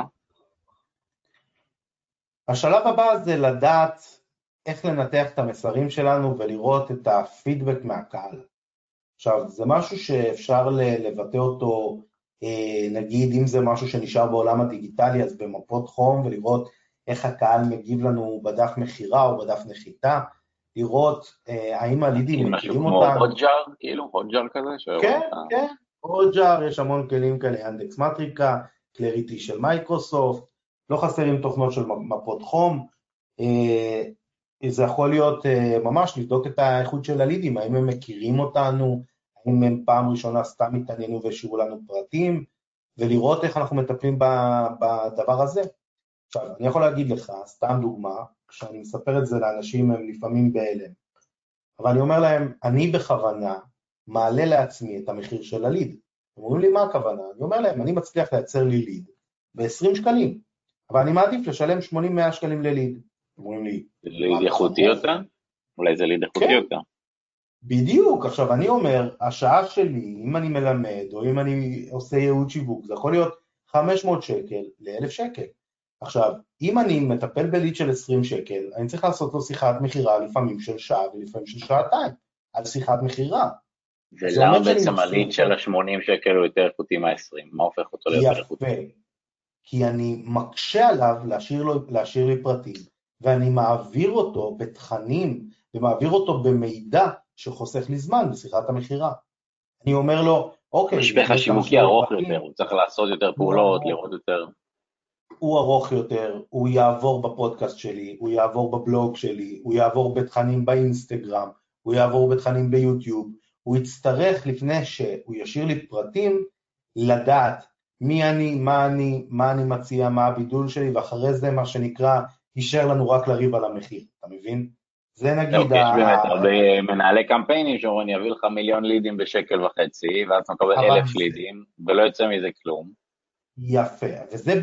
השלב הבא זה לדעת איך לנתח את המסרים שלנו ולראות את הפידבק מהקהל. עכשיו, זה משהו שאפשר לבטא אותו, נגיד אם זה משהו שנשאר בעולם הדיגיטלי, אז במפות חום, ולראות איך הקהל מגיב לנו בדף מחירה או בדף נחיתה, לראות האם הלידים מכירים אותנו. משהו כמו הוטג'אר, כאילו הוטג'אר כזה? כן, כן, הוטג'אר, יש המון כלים כאלה, אנדקס מטריקה, קלריטי של מייקרוסופט, לא חסרים תוכנות של מפות חום, זה יכול להיות ממש לבדוק את האיכות של הלידים, האם הם מכירים אותנו, האם הם פעם ראשונה סתם התעניינו והשאירו לנו פרטים, ולראות איך אנחנו מטפלים בדבר הזה. עכשיו, אני יכול להגיד לך, סתם דוגמה, כשאני מספר את זה לאנשים הם לפעמים בהלם, אבל אני אומר להם, אני בכוונה מעלה לעצמי את המחיר של הליד. הם אומרים לי, מה הכוונה? אני אומר להם, אני מצליח לייצר לי ליד ב-20 שקלים, אבל אני מעדיף לשלם 80-100 שקלים לליד. אומרים לי, ליד איכותי יותר? אולי זה ליד איכותי יותר. בדיוק, עכשיו אני אומר, השעה שלי, אם אני מלמד, או אם אני עושה ייעוד שיווק, זה יכול להיות 500 שקל ל-1,000 שקל. עכשיו, אם אני מטפל בליד של 20 שקל, אני צריך לעשות לו שיחת מחירה לפעמים של שעה ולפעמים של שעתיים, על שיחת מחירה. ולמה בעצם הליד של ה-80 שקל הוא יותר איכותי מה-20? מה הופך אותו ליותר איכותי? יפה, כי אני מקשה עליו להשאיר לי פרטים, ואני מעביר אותו בתכנים, ומעביר אותו במידע שחוסך לי זמן בשיחת המחירה. אני אומר לו, אוקיי, משפך השיווקי ארוך יותר, הוא צריך לעשות יותר פעולות, לראות יותר. הוא ארוך יותר, הוא יעבור בפודקאסט שלי, הוא יעבור בבלוג שלי, הוא יעבור בתכנים באינסטגרם, הוא יעבור בתכנים ביוטיוב, הוא יצטרך לפני שהוא ישאיר לי פרטים, לדעת מי אני, מה אני מציע, מה הבידול שלי, ואחרי זה מה שנקרא, יישאר לנו רק לריב על המחיר, אתה מבין? זה נגיד... יש באמת הרבה מנהלי קמפיינים שאומרים, אני אביא לך 1,000,000 לידים ב1.50 שקל, ואז אתה מקבל 1,000 לידים, ולא יוצא מזה כלום. יפה, וזה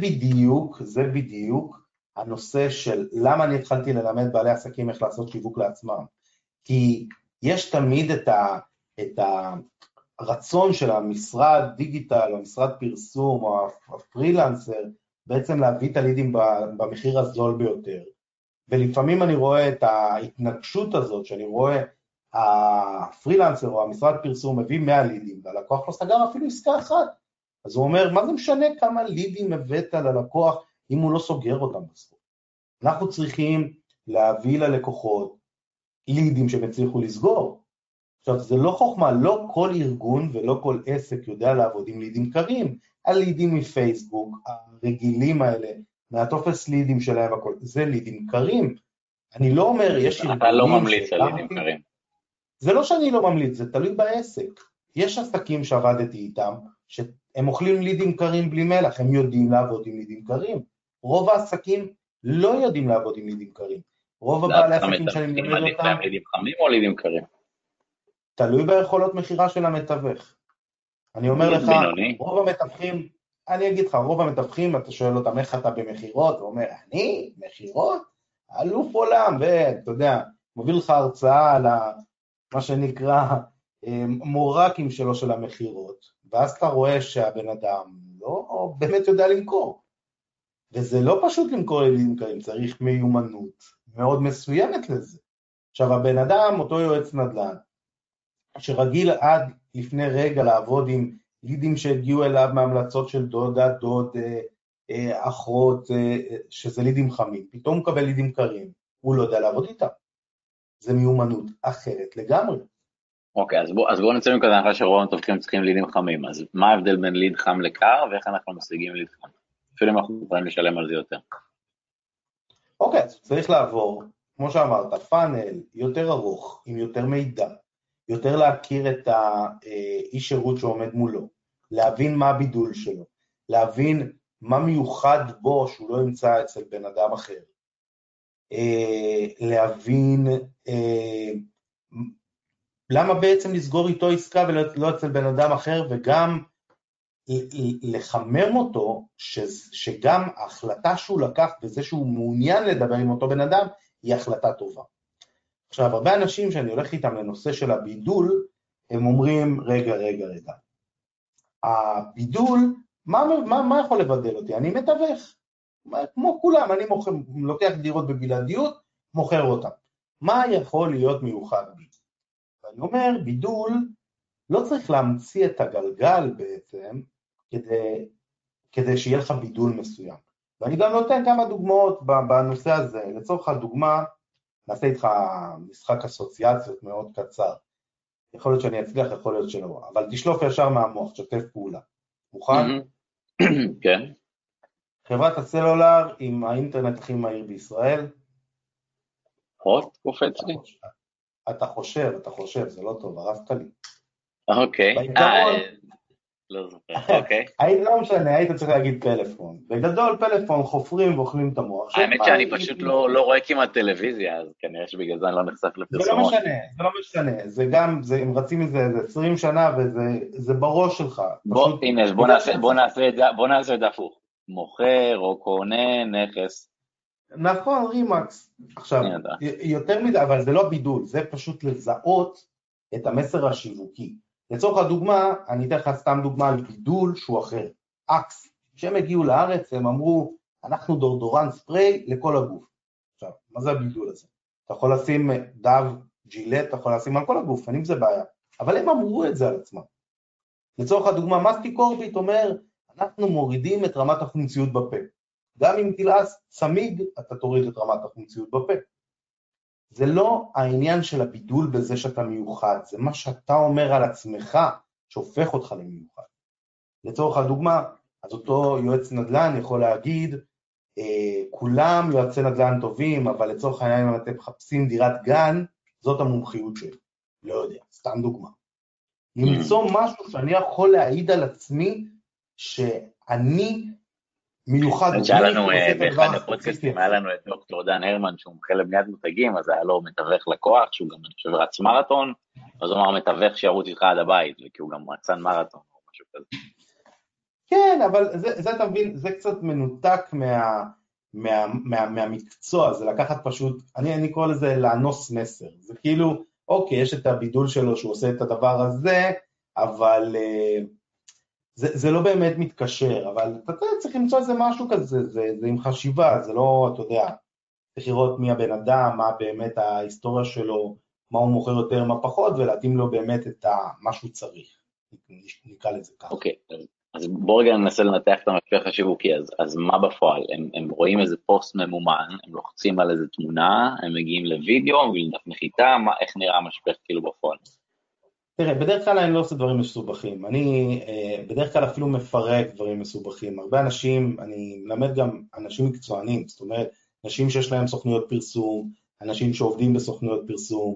בדיוק הנושא של למה אני התחלתי ללמד בעלי עסקים איך לעשות שיווק לעצמם. כי יש תמיד את הרצון של המשרד דיגיטל, או המשרד פרסום, או הפרילנסר, בעצם להביא את הלידים במחיר הזול ביותר. ולפעמים אני רואה את ההתנגשות הזאת, שאני רואה הפרילנסר או המשרד פרסום מביא 100 לידים, והלקוח לא סגר אפילו עסקה אחת. אז הוא אומר, מה זה משנה כמה לידים הבאת ללקוח, אם הוא לא סוגר אותם בסוף? אנחנו צריכים להביא ללקוחות לידים שהם הצליחו לסגור. עכשיו, זה לא חוכמה, לא כל ארגון ולא כל עסק יודע לעבוד עם לידים קרים, הלידים מפייסבוק, הרגילים האלה, מהטופס לידים שלהם, הכל, זה לידים קרים. אני לא אומר, יש ארגונים... אתה לא ממליץ על לידים קרים. זה לא שאני לא ממליץ, זה תלוי בעסק. יש עסקים שעבדתי איתם, הם אוכלים לידים קרים בלי מלח, הם יודעים לעבוד עם לידים קרים. רוב העסקים לא יודעים לעבוד עם לידים קרים. רוב הבעלי עסקים שאני מלמד אותם... להם לידים חמים או לידים קרים? תלוי ביכולות מחירה של המתווך. אני אומר לך, רוב המתווכים, אני אגיד לך, רוב המתווכים, אתה שואל אותם איך אתה במחירות, הוא אומר, אני? מחירות? אלוף עולם, ואתה יודע, מוביל לך הרצאה על מה שנקרא מורקים שלו של המחירות, ואז אתה רואה שהבן אדם לא באמת יודע למכור, וזה לא פשוט למכור לידים קרים, צריך מיומנות מאוד מסוימת לזה. עכשיו הבן אדם, אותו יועץ נדל"ן, שרגיל עד לפני רגע לעבוד עם לידים שהגיעו אליו מהמלצות של דודה, דוד, אחות, שזה לידים חמים, פתאום הוא מקבל לידים קרים, הוא לא יודע לעבוד איתם. זה מיומנות אחרת לגמרי. אוקיי, אז בואו נצא מכזה הנחה שרוב המתווכים צריכים לידים חמים, אז מה ההבדל בין ליד חם לקר, ואיך אנחנו משיגים ליד חם? אפילו אם אנחנו יכולים לשלם על זה יותר. אוקיי, אז צריך לעבור, כמו שאמרת, פאנל יותר ארוך, עם יותר מידע, יותר להכיר את האיש שירות שעומד מולו, להבין מה הבידול שלו, להבין מה מיוחד בו שהוא לא ימצא אצל בן אדם אחר, להבין למה בעצם לסגור איתו עסקה ולא אצל בן אדם אחר, וגם לחמם אותו שגם ההחלטה שהוא לקח וזה שהוא מעוניין לדבר עם אותו בן אדם היא החלטה טובה. עכשיו, הרבה אנשים שאני הולך איתם לנושא של הבידול, הם אומרים, רגע, הבידול, מה יכול לבדל אותי? אני מתווך, כמו כולם, אני לוקח דירות בבלעדיות, מוכר אותם. מה יכול להיות מיוחד בי? ואני אומר, בידול, לא צריך להמציא את הגלגל בעצם, כדי שיהיה לך בידול מסוים. ואני גם נותן כמה דוגמאות בנושא הזה. לצורך הדוגמה, נעשה איתך משחק אסוציאציות מאוד קצר. יכול להיות שאני אצליח, יכול להיות שלא, אבל תשלוף ישר מהמוח, תשתף פעולה. מוכן? כן. חברת הסלולר עם האינטרנט הכי מהיר בישראל. הוט קופץ לי? אתה חושב, זה לא טוב, הרסת לי. אוקיי. בעיקרון, לא זוכר, אוקיי. לא משנה, היית צריך להגיד פלאפון. בגדול פלאפון חופרים ואוכלים את המוח. האמת שאני פשוט לא רואה כמעט טלוויזיה, אז כנראה שבגלל זה אני לא נחשף לפרסומות. זה לא משנה, זה גם, הם רצים מזה 20 שנה וזה בראש שלך. הנה, אז בוא נעשה את זה הפוך. מוכר או קונה נכס. נכון, רימקס. עכשיו, יותר מדי, אבל זה לא בידול, זה פשוט לזהות את המסר השיווקי. לצורך הדוגמה, אני אתן לך סתם דוגמה על בידול שהוא אחר. אקס, כשהם הגיעו לארץ, הם אמרו, אנחנו דורדורן ספרי לכל הגוף. עכשיו, מה זה הבידול הזה? אתה יכול לשים דב ג'ילט, אתה יכול לשים על כל הגוף, אין עם זה בעיה. אבל הם אמרו את זה על עצמם. לצורך הדוגמה, מסטי קורביט אומר, אנחנו מורידים את רמת החומציות בפה. גם אם תלעס צמיג, אתה תוריד את רמת החומציות בפה. זה לא העניין של הבידול בזה שאתה מיוחד, זה מה שאתה אומר על עצמך שהופך אותך למיוחד. לצורך הדוגמה, אז אותו יועץ נדל"ן יכול להגיד, כולם יועצי נדל"ן טובים, אבל לצורך העניין אם אתם מחפשים דירת גן, זאת המומחיות שלי. לא יודע, סתם דוגמה. למצוא משהו שאני יכול להעיד על עצמי שאני מיוחד. שהיה לנו באחד הפודקאסטים, היה לנו את דוקטור דן הרמן, שהוא מומחה לבניית מותגים, אז היה לו מתווך לקוח, שהוא גם אני חושב רץ מרתון, אז הוא אמר מתווך שירוץ איתך עד הבית, כי הוא גם רצן מרתון או משהו כזה. כן, אבל זה אתה מבין, זה קצת מנותק מהמקצוע, זה לקחת פשוט, אני קורא לזה לאנוס מסר, זה כאילו, אוקיי, יש את הבידול שלו שהוא עושה את הדבר הזה, אבל זה לא באמת מתקשר, אבל אתה צריך למצוא איזה משהו כזה, זה עם חשיבה, זה לא, אתה יודע, צריך לראות מי הבן אדם, מה באמת ההיסטוריה שלו, מה הוא מוכר יותר, מה פחות, ולהתאים לו באמת את מה שהוא צריך, נקרא לזה ככה. אוקיי, אז בוא רגע ננסה לנתח את המשפך השיווקי, אז מה בפועל? הם רואים איזה פוסט ממומן, הם לוחצים על איזה תמונה, הם מגיעים לוידאו, ולדף נחיתה, איך נראה המשפך כאילו בפועל? תראה, בדרך כלל אני לא עושה דברים מסובכים, אני בדרך כלל אפילו מפרק דברים מסובכים, הרבה אנשים, אני מלמד גם אנשים מקצוענים, זאת אומרת, אנשים שיש להם סוכנויות פרסום, אנשים שעובדים בסוכנויות פרסום,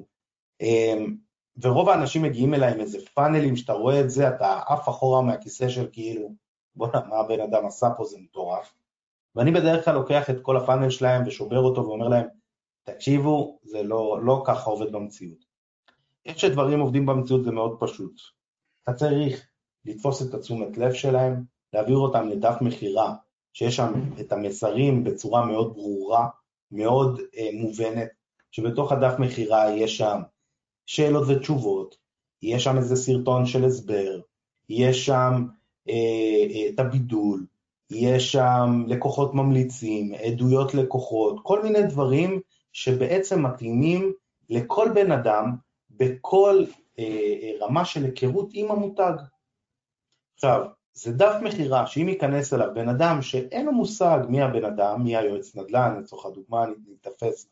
ורוב האנשים מגיעים אליי עם איזה פאנלים, שאתה רואה את זה, אתה עף אחורה מהכיסא של כאילו, בוא'נה, מה הבן אדם עשה פה, זה מטורף, ואני בדרך כלל לוקח את כל הפאנל שלהם ושובר אותו ואומר להם, תקשיבו, זה לא ככה עובד במציאות. איך שדברים עובדים במציאות זה מאוד פשוט. אתה צריך לתפוס את התשומת לב שלהם, להעביר אותם לדף מחירה, שיש שם את המסרים בצורה מאוד ברורה, מאוד מובנת, שבתוך הדף מחירה יש שם שאלות ותשובות, יש שם איזה סרטון של הסבר, יש שם את הבידול, יש שם לקוחות ממליצים, עדויות לקוחות, כל מיני דברים שבעצם מתאימים לכל בן אדם, בכל רמה של היכרות עם המותג. עכשיו, זה דף מחירה שאם ייכנס אליו בן אדם שאין לו מושג מי הבן אדם, מי היועץ נדל"ן, לצורך הדוגמה, נתפס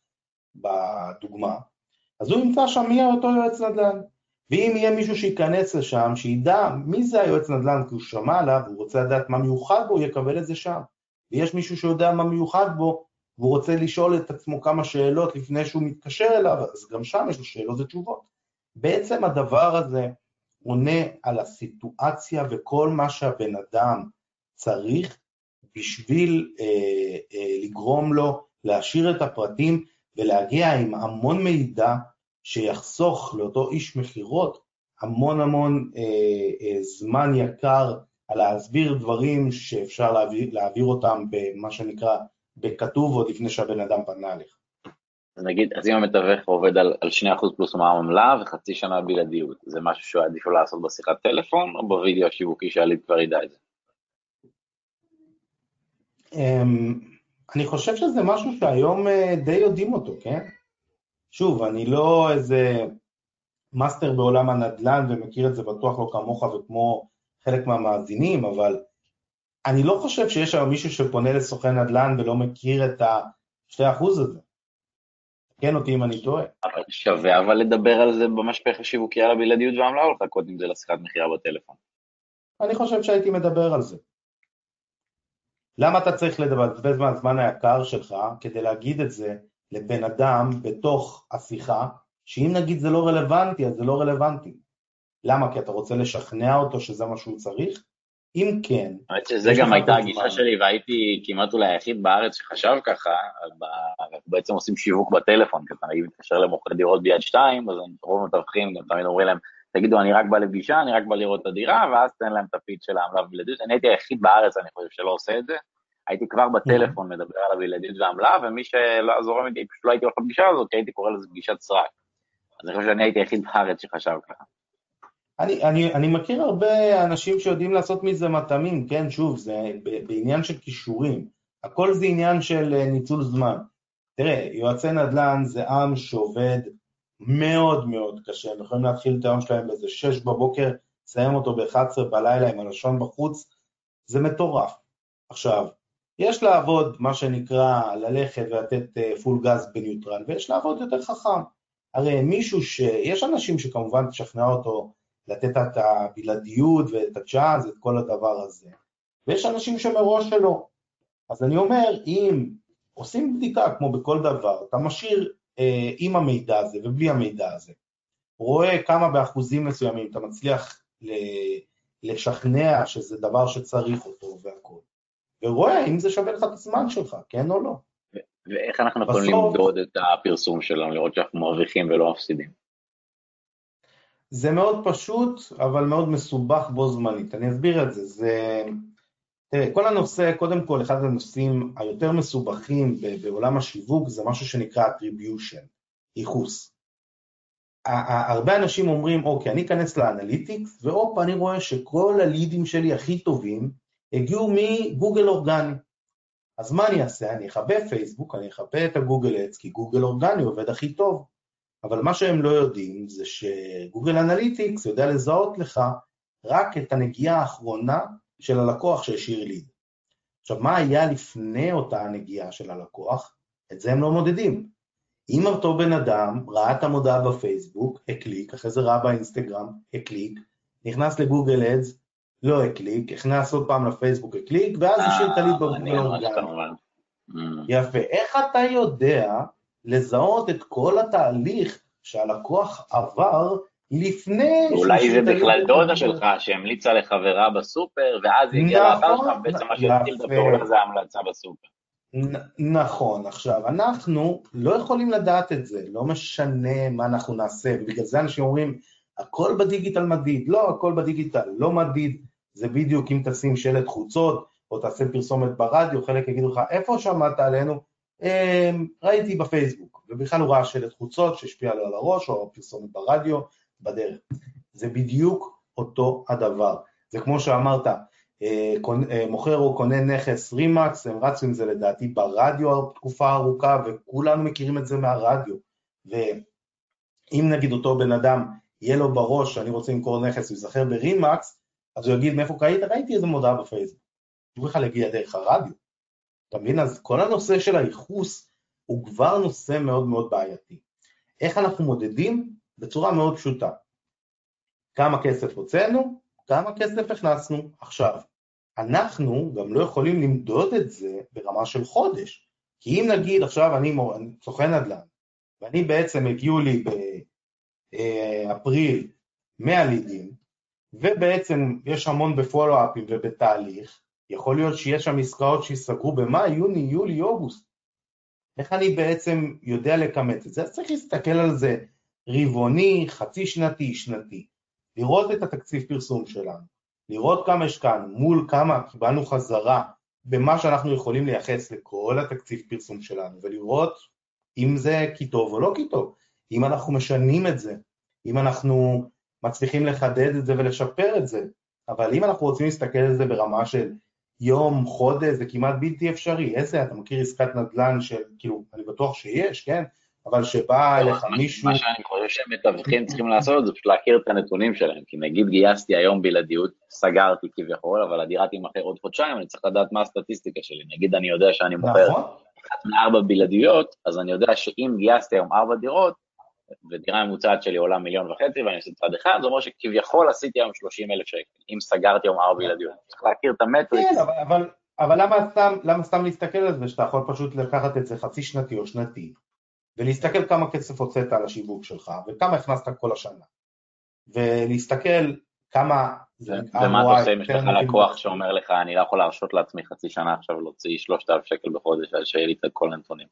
בדוגמה, אז הוא ימצא שם מי אותו יועץ נדל"ן. ואם יהיה מישהו שייכנס לשם, שידע מי זה היועץ נדל"ן, כי הוא שמע עליו, הוא רוצה לדעת מה מיוחד בו, הוא יקבל את זה שם. ויש מישהו שיודע מה מיוחד בו, והוא רוצה לשאול את עצמו כמה שאלות לפני שהוא מתקשר אליו, אז גם שם יש לו שאלות ותשובות. בעצם הדבר הזה עונה על הסיטואציה וכל מה שהבן אדם צריך בשביל לגרום לו להשאיר את הפרטים ולהגיע עם המון מידע שיחסוך לאותו איש מחירות המון זמן יקר על להסביר דברים שאפשר להעביר אותם במה שנקרא בכתוב עוד לפני שהבן אדם פנה עליך. אז נגיד, אז אם המתווך עובד על 2% פלוס מע"מ עמלה וחצי שנה בלעדיות, זה משהו שהוא עדיף לו לעשות בשיחת טלפון, או בווידאו השיווקי שהליד כבר ידע את זה? אני חושב שזה משהו שהיום די יודעים אותו, כן? שוב, אני לא איזה מאסטר בעולם הנדל"ן ומכיר את זה בטוח לא כמוך וכמו חלק מהמאזינים, אבל אני לא חושב שיש היום מישהו שפונה לסוכן נדל"ן ולא מכיר את ה-2% הזה. כן אותי אם אני טועה. אבל שווה אבל לדבר על זה במשפך השיווקי על הבלעדיות והעמלה, או לחכות עם זה לשיחת מכירה בטלפון? אני חושב שהייתי מדבר על זה. למה אתה צריך לבזבז מהזמן היקר שלך כדי להגיד את זה לבן אדם בתוך השיחה, שאם נגיד זה לא רלוונטי, אז זה לא רלוונטי. למה? כי אתה רוצה לשכנע אותו שזה מה שהוא צריך? אם כן, האמת שזה גם הייתה הגישה שלי, והייתי כמעט אולי היחיד בארץ שחשב ככה, אנחנו בעצם עושים שיווק בטלפון, כי אתה נגיד מתקשר למוכר דירות ביד 2, אז רוב המתווכים גם תמיד אומרים להם, תגידו, אני רק בא לפגישה, אני רק בא לראות את הדירה, ואז תן להם את הפיץ של העמלה ובלעדיות. אני הייתי היחיד בארץ, אני חושב שלא עושה את זה, הייתי כבר בטלפון מדבר על הבלעדיות והעמלה, ומי שלא זורם איתי, פשוט לא הייתי הולך לפגישה הזאת, כי הייתי קורא לזה פגישת סרק. אז אני חושב שאני הייתי היחיד בארץ שחשב ככה. אני מכיר הרבה אנשים שיודעים לעשות מזה מטעמים, כן, שוב, זה בעניין של כישורים, הכל זה עניין של ניצול זמן. תראה, יועצי נדל"ן זה עם שעובד מאוד מאוד קשה, הם יכולים להתחיל את היום שלהם באיזה 6 בבוקר, לסיים אותו ב-11 בלילה עם הלשון בחוץ, זה מטורף. עכשיו, יש לעבוד מה שנקרא ללכת ולתת פול גז בניוטרל, ויש לעבוד יותר חכם. הרי יש אנשים שכמובן תשכנע אותו לתת את הבלעדיות ואת הצ'אנס, את כל הדבר הזה, ויש אנשים שמראש שלא. אז אני אומר, אם עושים בדיקה כמו בכל דבר, אתה משאיר עם המידע הזה ובלי המידע הזה, רואה כמה באחוזים מסוימים אתה מצליח לשכנע שזה דבר שצריך אותו והכל, ורואה אם זה שווה לך את הזמן שלך, כן או לא. ואיך אנחנו יכולים למדוד את הפרסום שלנו, לראות שאנחנו מרוויחים ולא מפסידים? זה מאוד פשוט, אבל מאוד מסובך בו זמנית. אני אסביר את זה. תראה, כל הנושא, קודם כל, אחד הנושאים היותר מסובכים בעולם השיווק, זה משהו שנקרא attribution, ייחוס. הרבה אנשים אומרים, אוקיי, אני אכנס לאנליטיקס, ואופ, אני רואה שכל הלידים שלי הכי טובים, הגיעו מגוגל אורגני. אז מה אני אעשה? אני אחבא פייסבוק, אני אחבא את הגוגל אדס, כי גוגל אורגני עובד הכי טוב. אבל מה שהם לא יודעים, זה שגוגל אנליטיקס יודע לזהות לך רק את הנגיעה האחרונה של הלקוח שהשאיר ליד. עכשיו, מה היה לפני אותה הנגיעה של הלקוח? את זה הם לא מודדים. אם אותו בן אדם ראה את המודעה בפייסבוק, הקליק, אחרי זה ראה באינסטגרם, הקליק, נכנס לגוגל אדס, לא הקליק, הכנס עוד פעם לפייסבוק, הקליק, ואז השאיר את הליד בגוגל אורגני. יפה, איך אתה יודע לזהות את כל התהליך שהלקוח עבר לפני... אולי זה בכלל דודה שלך שהמליצה לחברה בסופר, ואז הגיע לאתר שלך, בעצם מה שהתחיל את הפעולה זה ההמלצה בסופר. נכון, עכשיו, אנחנו לא יכולים לדעת את זה, לא משנה מה אנחנו נעשה, ובגלל זה אנשים אומרים, הכל בדיגיטל מדיד, לא, הכל בדיגיטל לא מדיד, זה בדיוק אם תשים שלט חוצות, או תעשה פרסומת ברדיו, חלק יגידו לך, איפה שמעת עלינו? ראיתי בפייסבוק, ובכלל הוא ראה שלט חוצות שהשפיע לו על הראש, או פרסומת ברדיו, בדרך. זה בדיוק אותו הדבר. זה כמו שאמרת, מוכר או קונה נכס רימקס, הם רצו עם זה לדעתי ברדיו תקופה ארוכה, וכולנו מכירים את זה מהרדיו. ואם נגיד אותו בן אדם, יהיה לו בראש שאני רוצה למכור נכס, הוא יזכר ברימקס, אז הוא יגיד מאיפה קראית? ראיתי איזה מודעה בפייסבוק. הוא בכלל יגיע דרך הרדיו. אתה מבין? אז כל הנושא של הייחוס הוא כבר נושא מאוד מאוד בעייתי. איך אנחנו מודדים? בצורה מאוד פשוטה. כמה כסף הוצאנו, כמה כסף הכנסנו. עכשיו, אנחנו גם לא יכולים למדוד את זה ברמה של חודש. כי אם נגיד עכשיו אני סוכן נדל"ן, ואני בעצם הגיעו לי באפריל 100 לידים, ובעצם יש המון בפולו-אפים ובתהליך, יכול להיות שיש שם עסקאות שיסגרו במאי, יוני, יולי, אוגוסט. איך אני בעצם יודע לכמת את זה? אז צריך להסתכל על זה רבעוני, חצי שנתי, שנתי. לראות את התקציב פרסום שלנו, לראות כמה השקענו, מול כמה קיבלנו חזרה, במה שאנחנו יכולים לייחס לכל התקציב פרסום שלנו, ולראות אם זה כי טוב או לא כי טוב, אם אנחנו משנים את זה, אם אנחנו מצליחים לחדד את זה ולשפר את זה, אבל אם אנחנו רוצים להסתכל על זה ברמה של יום, חודש, זה כמעט בלתי אפשרי. איזה, אתה מכיר עסקת נדל"ן של, כאילו, אני בטוח שיש, כן? אבל שבא אליך מישהו... מה שאני חושב שמתווכים צריכים לעשות זה פשוט להכיר את הנתונים שלהם, כי נגיד גייסתי היום בלעדיות, סגרתי כביכול, אבל הדירה תימכר עוד חודשיים, אני צריך לדעת מה הסטטיסטיקה שלי. נגיד אני יודע שאני מוכר אחת מ4 בלעדיות, אז אני יודע שאם גייסתי היום 4 דירות, ודירה ממוצעת שלי עולה 1.5 מיליון, ואני עושה צד אחד, זה אומר שכביכול עשיתי היום 30,000 שקל, אם סגרתי היום 4 בלעדיות. צריך להכיר את המטריקס. כן, אבל למה סתם להסתכל על זה, שאתה יכול פשוט לקחת את זה חצי שנתי או שנתי, ולהסתכל כמה כסף הוצאת על השיווק שלך, וכמה הכנסת כל השנה, ולהסתכל כמה... ומה אתה עושה אם יש לך לקוח שאומר לך, אני לא יכול להרשות לעצמי חצי שנה עכשיו להוציא 3,000 שקל בחודש, אז שיהיה לי את כל הנתונים.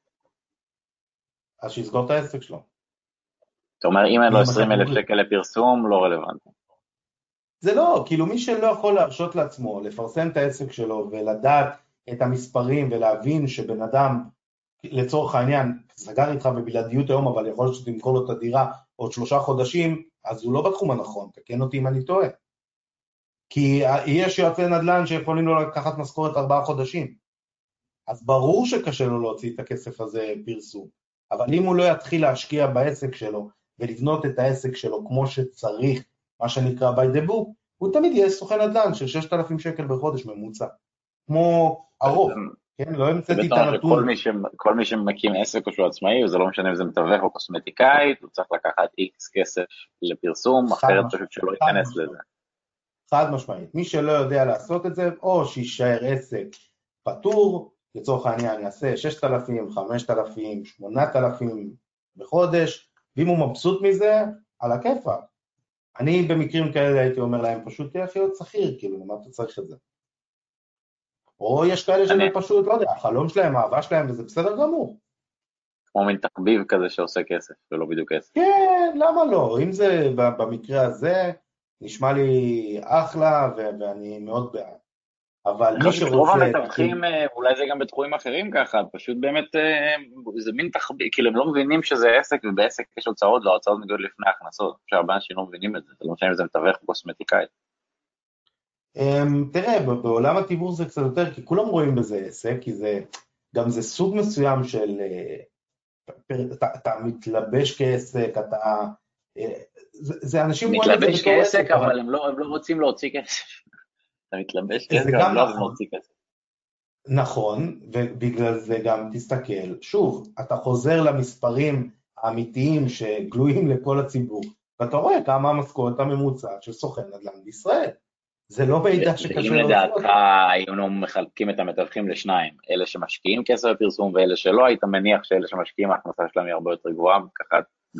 אז שיסגור את העסק שלו. זאת אומרת, אם אין לו 20,000 שקל לפרסום, לא רלוונטי. זה לא, כאילו מי שלא יכול להרשות לעצמו, לפרסם את העסק שלו, ולדעת את המספרים, ולהבין שבן אדם, לצורך העניין, סגר איתך בבלעדיות היום, אבל יכול להיות שתמכור לו את הדירה עוד 3 חודשים, אז הוא לא בתחום הנכון, תקן אותי אם אני טועה. כי יש יועצי נדל"ן שיכולים לו לקחת משכורת 4 חודשים. אז ברור שקשה לו להוציא את הכסף הזה פרסום. אבל אם הוא לא יתחיל להשקיע בעסק שלו, ולבנות את העסק שלו כמו שצריך, מה שנקרא by the book, הוא תמיד יהיה סוכן נדל"ן של 6,000 שקל בחודש ממוצע. כמו הרוב, כן? לא המצאתי את הנתון. כל מי שמקים עסק או שהוא עצמאי, וזה לא משנה אם זה מתווך או קוסמטיקאית, הוא צריך לקחת X כסף לפרסום, אחרת פשוט שלא ייכנס לזה. חד משמעית. מי שלא יודע לעשות את זה, או שישאר עסק פטור, לצורך העניין יעשה 6,000, 5,000, 8,000 בחודש, ואם הוא מבסוט מזה, על הכיפה. אני במקרים כאלה הייתי אומר להם, פשוט תלך להיות שכיר, כאילו, למה אתה צריך את זה? או יש כאלה שזה פשוט, לא יודע, החלום שלהם, האהבה שלהם, וזה בסדר גמור. כמו מין תחביב כזה שעושה כסף, ולא בדיוק כסף. כן, למה לא? אם זה במקרה הזה, נשמע לי אחלה, ואני מאוד בעד. אבל מי שרוצה... רוב המתווכים, אולי זה גם בתחומים אחרים ככה, פשוט באמת זה מין תחביב, כאילו הם לא מבינים שזה עסק, ובעסק יש הוצאות, וההוצאות מגיעות לפני ההכנסות, שהרבה אנשים לא מבינים את זה, זה לא משנה אם זה מתווך קוסמטיקאי. תראה, בעולם התיווך זה קצת יותר, כי כולם רואים בזה עסק, כי זה גם זה סוג מסוים של, אתה מתלבש כעסק, זה אנשים רואים את זה מתלבש כעסק, אבל הם לא רוצים להוציא כסף. אתה מתלבש כסף, אבל לא רוצים להוציא כסף. נכון, ובגלל זה גם תסתכל, שוב, אתה חוזר למספרים האמיתיים שגלויים לכל הציבור, ואתה רואה כמה המשכורת הממוצעת של סוכן נדל"ן בישראל. זה לא מידע שקשה להוציא. אם לדעתך היינו מחלקים את המתווכים לשניים, אלה שמשקיעים כסף בפרסום ואלה שלא, היית מניח שאלה שמשקיעים ההכנסה שלהם היא הרבה יותר גבוהה, ככה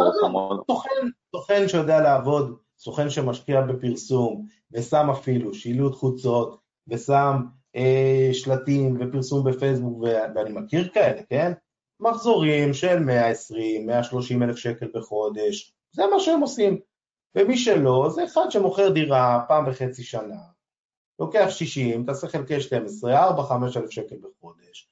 סוכן שיודע לעבוד, סוכן שמשקיע בפרסום, ושם אפילו שילוט חוצות, ושם שלטים ופרסום בפייסבוק, ואני מכיר כאלה, כן? מחזורים של 120, 130 אלף שקל בחודש, זה מה שהם עושים. ומי שלא, זה אחד שמוכר דירה פעם בחצי שנה, לוקח 60, תעשה חלקי 12, 4-5 אלף שקל בחודש,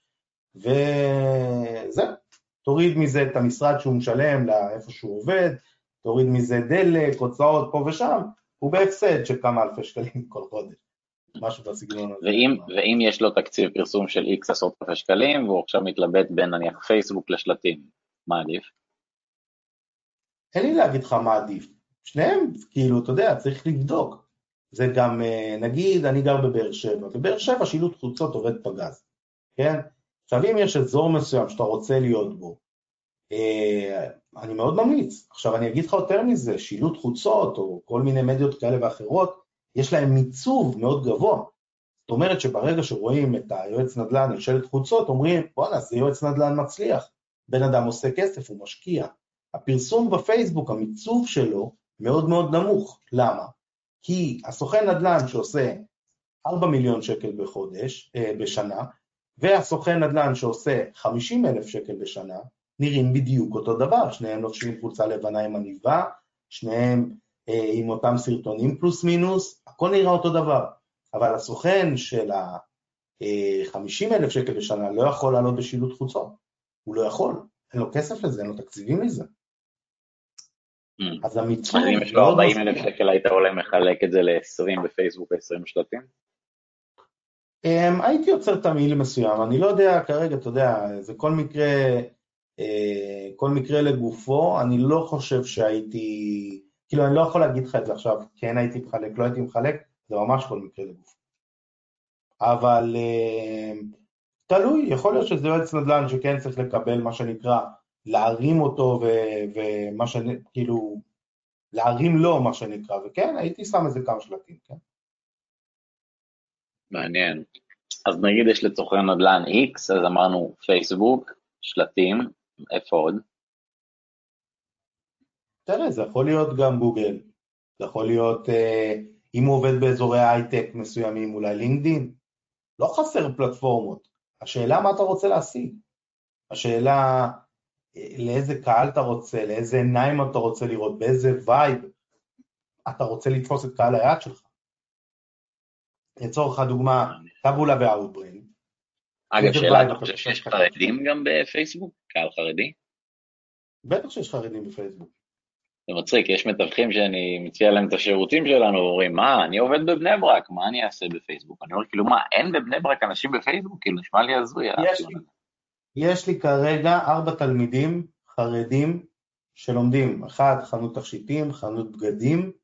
וזה, תוריד מזה את המשרד שהוא משלם לאיפה שהוא עובד, תוריד מזה דלק, הוצאות פה ושם, הוא בהפסד של כמה אלפי שקלים כל חודש, משהו בסגנון הזה. ואם יש לו תקציב פרסום של X עשרות אלפי שקלים, והוא עכשיו מתלבט בין נניח פייסבוק לשלטים, מה עדיף? אין לי להגיד לך מה עדיף. שניהם, כאילו, אתה יודע, צריך לבדוק. זה גם, נגיד, אני גר בבאר שבע. בבאר שבע שילוט חוצות עובד פגז, כן? עכשיו, אם יש אזור מסוים שאתה רוצה להיות בו, אני מאוד ממליץ. עכשיו, אני אגיד לך יותר מזה, שילוט חוצות, או כל מיני מדיות כאלה ואחרות, יש להם מיצוב מאוד גבוה. זאת אומרת שברגע שרואים את היועץ נדל"ן, שלט חוצות, אומרים, בוא'נה, זה יועץ נדל"ן מצליח. בן אדם עושה כסף, הוא משקיע. הפרסום בפייסבוק, המיצוב שלו, מאוד מאוד נמוך. למה? כי הסוכן נדל"ן שעושה 4 מיליון שקל בחודש, בשנה, והסוכן נדל"ן שעושה 50,000 שקל בשנה, נראים בדיוק אותו דבר. שניהם לובשים חולצה לבנה עם עניבה, שניהם עם אותם סרטונים פלוס מינוס, הכל נראה אותו דבר. אבל הסוכן של 50,000 שקל בשנה לא יכול לעלות בשילוט חוצות. הוא לא יכול. אין לו כסף לזה, אין לו תקציבים לזה. אז המיצוב אז אם יש זה לו עוד 40,000 שקל, היית עולה מחלק את זה ל-20 בפייסבוק, 20 שלטים? הייתי יוצר תמהיל מסוים, אני לא יודע כרגע, אתה יודע, זה כל מקרה לגופו, אני לא חושב שהייתי, כאילו אני לא יכול להגיד לך את זה עכשיו, כן הייתי מחלק, לא הייתי מחלק, זה ממש כל מקרה לגופו. אבל תלוי, יכול להיות שזה יועץ נדל"ן שכן צריך לקבל מה שנקרא, להרים אותו ומה כאילו, להרים לו מה שנקרא, וכן, הייתי שם איזה כמה שלטים, כן. מעניין. אז נגיד יש לצורכי נדל"ן X, אז אמרנו פייסבוק, שלטים, איפה עוד? תראה, זה יכול להיות גם גוגל, זה יכול להיות, אם הוא עובד באזורי הייטק מסוימים, אולי לינקדין, לא חסר פלטפורמות, השאלה מה אתה רוצה להשיג, השאלה לאיזה קהל אתה רוצה, לאיזה עיניים אתה רוצה לראות, באיזה וייב אתה רוצה לתפוס את קהל היעד שלך. לצורך הדוגמה, טאבולה ואוטברן. אגב, שאלה, אתה חושב שיש חרדים גם בפייסבוק? קהל חרדי? בטח שיש חרדים בפייסבוק. זה מצחיק, יש מתווכים שאני מציע להם את השירותים שלנו, ואומרים, מה, אני עובד בבני ברק, מה אני אעשה בפייסבוק? אני אומר, כאילו, מה, אין בבני ברק אנשים בפייסבוק? כאילו, נשמע לי הזוי. יש לי כרגע 4 תלמידים חרדים שלומדים, אחד חנות תכשיטים, חנות בגדים,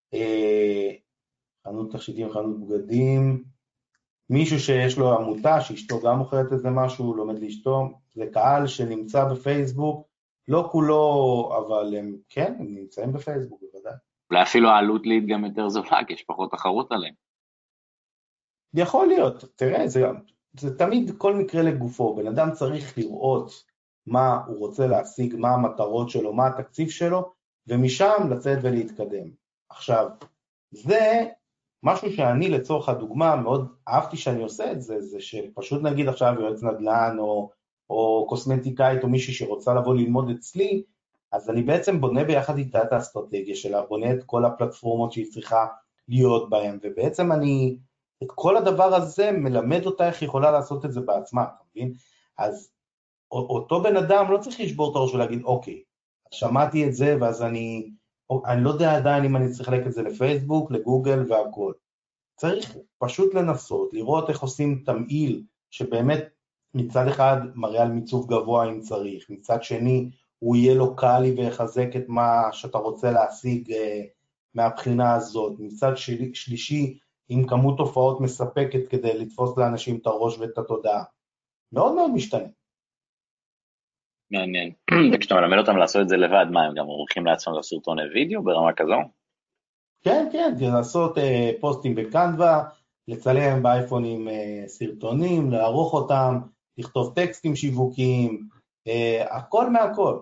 חנות בגדים, מישהו שיש לו עמותה, שאשתו גם מוכרת איזה משהו, הוא לומד לאשתו, זה קהל שנמצא בפייסבוק, לא כולו, אבל הם, כן, הם נמצאים בפייסבוק, בוודאי. אולי אפילו העלות ליד גם יותר זולה, כי יש פחות תחרות עליהם. יכול להיות, תראה, זה תמיד כל מקרה לגופו, בן אדם צריך לראות מה הוא רוצה להשיג, מה המטרות שלו, מה התקציב שלו, ומשם לצאת ולהתקדם. עכשיו, זה משהו שאני לצורך הדוגמה מאוד אהבתי שאני עושה את זה, זה שפשוט נגיד עכשיו יועץ נדל"ן או קוסמטיקאית או מישהי שרוצה לבוא ללמוד אצלי, אז אני בעצם בונה ביחד איתה את האסטרטגיה שלה, בונה את כל הפלטפורמות שהיא צריכה להיות בהן, ובעצם אני את כל הדבר הזה מלמד אותה איך היא יכולה לעשות את זה בעצמה, אתה מבין? אז אותו בן אדם לא צריך לשבור את הראש ולהגיד, אוקיי, שמעתי את זה ואז אני לא יודע עדיין אם אני צריך לחלק את זה לפייסבוק, לגוגל והכל. צריך פשוט לנסות, לראות איך עושים תמהיל שבאמת מצד אחד מראה על מיצוב גבוה אם צריך, מצד שני הוא יהיה לוקלי ויחזק את מה שאתה רוצה להשיג מהבחינה הזאת, מצד שלישי עם כמות תופעות מספקת כדי לתפוס לאנשים את הראש ואת התודעה. מאוד מאוד משתנה. מעניין. וכשאתה מלמד אותם לעשות את זה לבד, מה, הם גם עורכים לעצמם לסרטוני וידאו ברמה כזו? כן, כן, לעשות פוסטים בקנבה, לצלם באייפונים סרטונים, לערוך אותם, לכתוב טקסטים שיווקיים, הכל מהכל.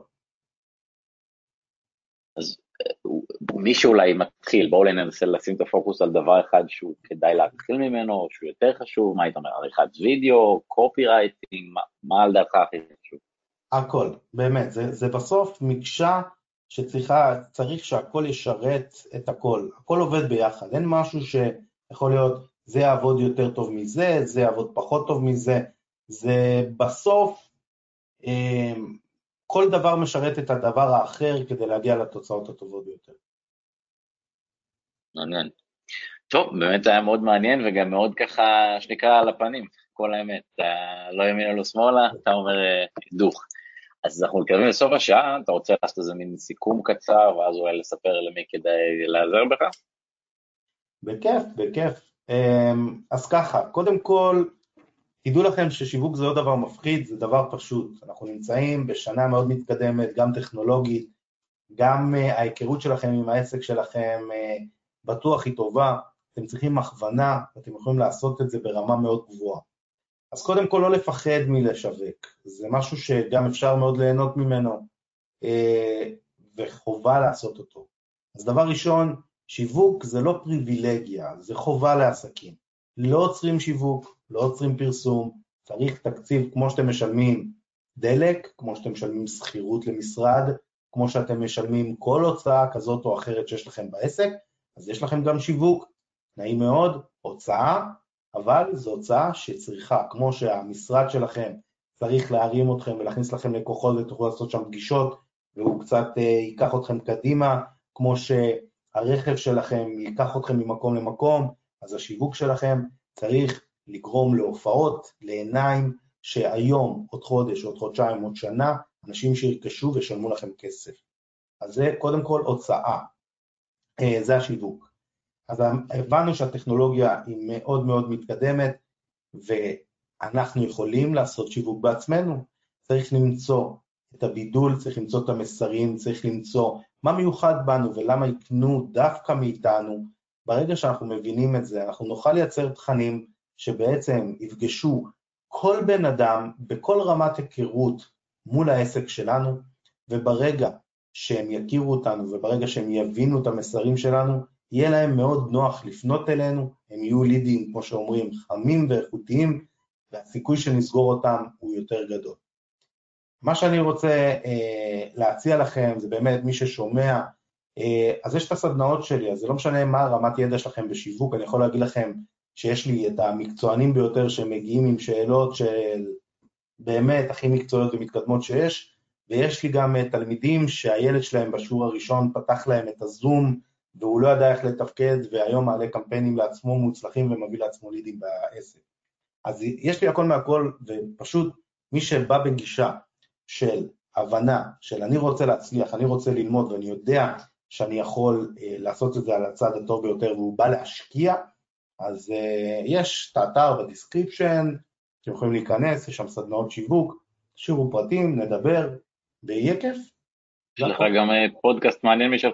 אז מי שאולי מתחיל, בואו ננסה לשים את הפוקוס על דבר אחד שהוא כדאי להתחיל ממנו, שהוא יותר חשוב, מה היית אומר, עריכת וידאו, קופי רייטינג, מה על דעתך הכי חשוב? הכל, באמת, זה בסוף מקשה שצריך שהכל ישרת את הכל, הכל עובד ביחד, אין משהו שיכול להיות, זה יעבוד יותר טוב מזה, זה יעבוד פחות טוב מזה, זה בסוף, כל דבר משרת את הדבר האחר כדי להגיע לתוצאות הטובות ביותר. מעניין. טוב, באמת היה מאוד מעניין וגם מאוד ככה, שנקרא על הפנים, כל האמת, אתה לא ימין או לא שמאלה, אתה אומר דוך. אז אנחנו מתקרבים לסוף השעה, אתה רוצה לעשות איזה מין סיכום קצר, ואז אולי לספר למי כדאי לעזר בך? בכיף, בכיף. אז ככה, קודם כל, תדעו לכם ששיווק זה לא דבר מפחיד, זה דבר פשוט. אנחנו נמצאים בשנה מאוד מתקדמת, גם טכנולוגית, גם ההיכרות שלכם עם העסק שלכם בטוח היא טובה, אתם צריכים הכוונה, אתם יכולים לעשות את זה ברמה מאוד גבוהה. אז קודם כל לא לפחד מלשווק, זה משהו שגם אפשר מאוד ליהנות ממנו, וחובה לעשות אותו. אז דבר ראשון, שיווק זה לא פריבילגיה, זה חובה לעסקים. לא עוצרים שיווק, לא עוצרים פרסום, צריך תקציב כמו שאתם משלמים דלק, כמו שאתם משלמים שכירות למשרד, כמו שאתם משלמים כל הוצאה כזאת או אחרת שיש לכם בעסק, אז יש לכם גם שיווק, נעים מאוד, הוצאה, אבל זו הוצאה שצריכה, כמו שהמשרד שלכם צריך להרים אתכם ולהכניס לכם לקוחות ותוכלו לעשות שם פגישות, והוא קצת ייקח אתכם קדימה, כמו שהרכב שלכם ייקח אתכם ממקום למקום, אז השיווק שלכם צריך לגרום להופעות, לעיניים, שהיום, עוד חודש, עוד חודשיים, עוד שנה, אנשים שירכשו ושלמו לכם כסף. אז זה קודם כל הוצאה, זה השיווק. אז הבנו שהטכנולוגיה היא מאוד מאוד מתקדמת, ואנחנו יכולים לעשות שיווק בעצמנו. צריך למצוא את הבידול, צריך למצוא את המסרים, צריך למצוא מה מיוחד בנו ולמה יקנו דווקא מאיתנו. ברגע שאנחנו מבינים את זה, אנחנו נוכל לייצר תכנים שבעצם יפגשו כל בן אדם בכל רמת היכרות מול העסק שלנו, וברגע שהם יכירו אותנו וברגע שהם יבינו את המסרים שלנו, יהיה להם מאוד נוח לפנות אלינו, הם יהיו לידים, כמו שאומרים, חמים ואיכותיים, והסיכוי שנסגור אותם הוא יותר גדול. מה שאני רוצה להציע לכם, זה באמת מי ששומע, אז יש את הסדנאות שלי, אז זה לא משנה מה רמת ידע שלכם בשיווק, אני יכול להגיד לכם שיש לי את המקצוענים ביותר שמגיעים עם שאלות של באמת הכי מקצועיות ומתקדמות שיש, ויש לי גם תלמידים שהילד שלהם בשיעור הראשון פתח להם את הזום, והוא לא ידע איך לתפקד, והיום מעלה קמפיינים לעצמו מוצלחים ומביא לעצמו לידים בעסק. אז יש לי הכל מהכל, ופשוט מי שבא בגישה של הבנה, של אני רוצה להצליח, אני רוצה ללמוד, ואני יודע שאני יכול לעשות את זה על הצד הטוב ביותר, והוא בא להשקיע, אז יש את האתר בדיסקריפשן, אתם יכולים להיכנס, יש שם סדנאות שיווק, תשאירו פרטים, נדבר, ויהיה כיף. יש לך גם פודקאסט מעניין משלך.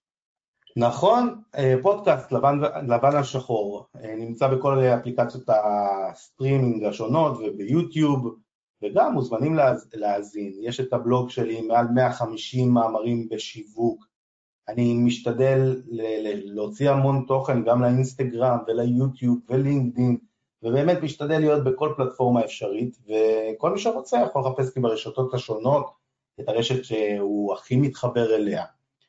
נכון, פודקאסט לבן על שחור, נמצא בכל אפליקציות הסטרימינג השונות וביוטיוב, וגם מוזמנים להאזין. יש את הבלוג שלי, מעל 150 מאמרים בשיווק, אני משתדל להוציא המון תוכן גם לאינסטגרם וליוטיוב ולינקדין, ובאמת משתדל להיות בכל פלטפורמה אפשרית, וכל מי שרוצה יכול לחפש לי ברשתות השונות את הרשת שהוא הכי מתחבר אליה,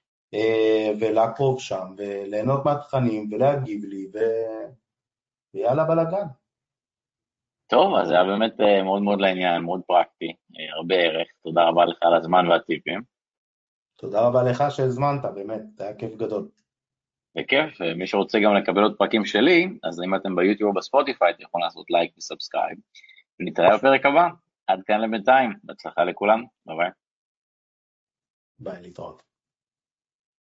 ולעקוב שם, וליהנות מהתכנים, ולהגיב לי, ויאללה בלגן. טוב, אז זה היה באמת מאוד מאוד לעניין, מאוד פרקטי, הרבה ערך. תודה רבה לך על הזמן והטיפים. תודה רבה לך שהזמנת, באמת, זה היה כיף גדול. בכיף, מי שרוצה גם לקבל עוד פרקים שלי, אז אם אתם ביוטיוב או בספוטיפיי, אתם יכולים לעשות לייק וסאבסקרייב, ונתראה בפרק הבא. עד כאן לבינתיים, בהצלחה לכולם, ביי ביי. ביי, להתראות.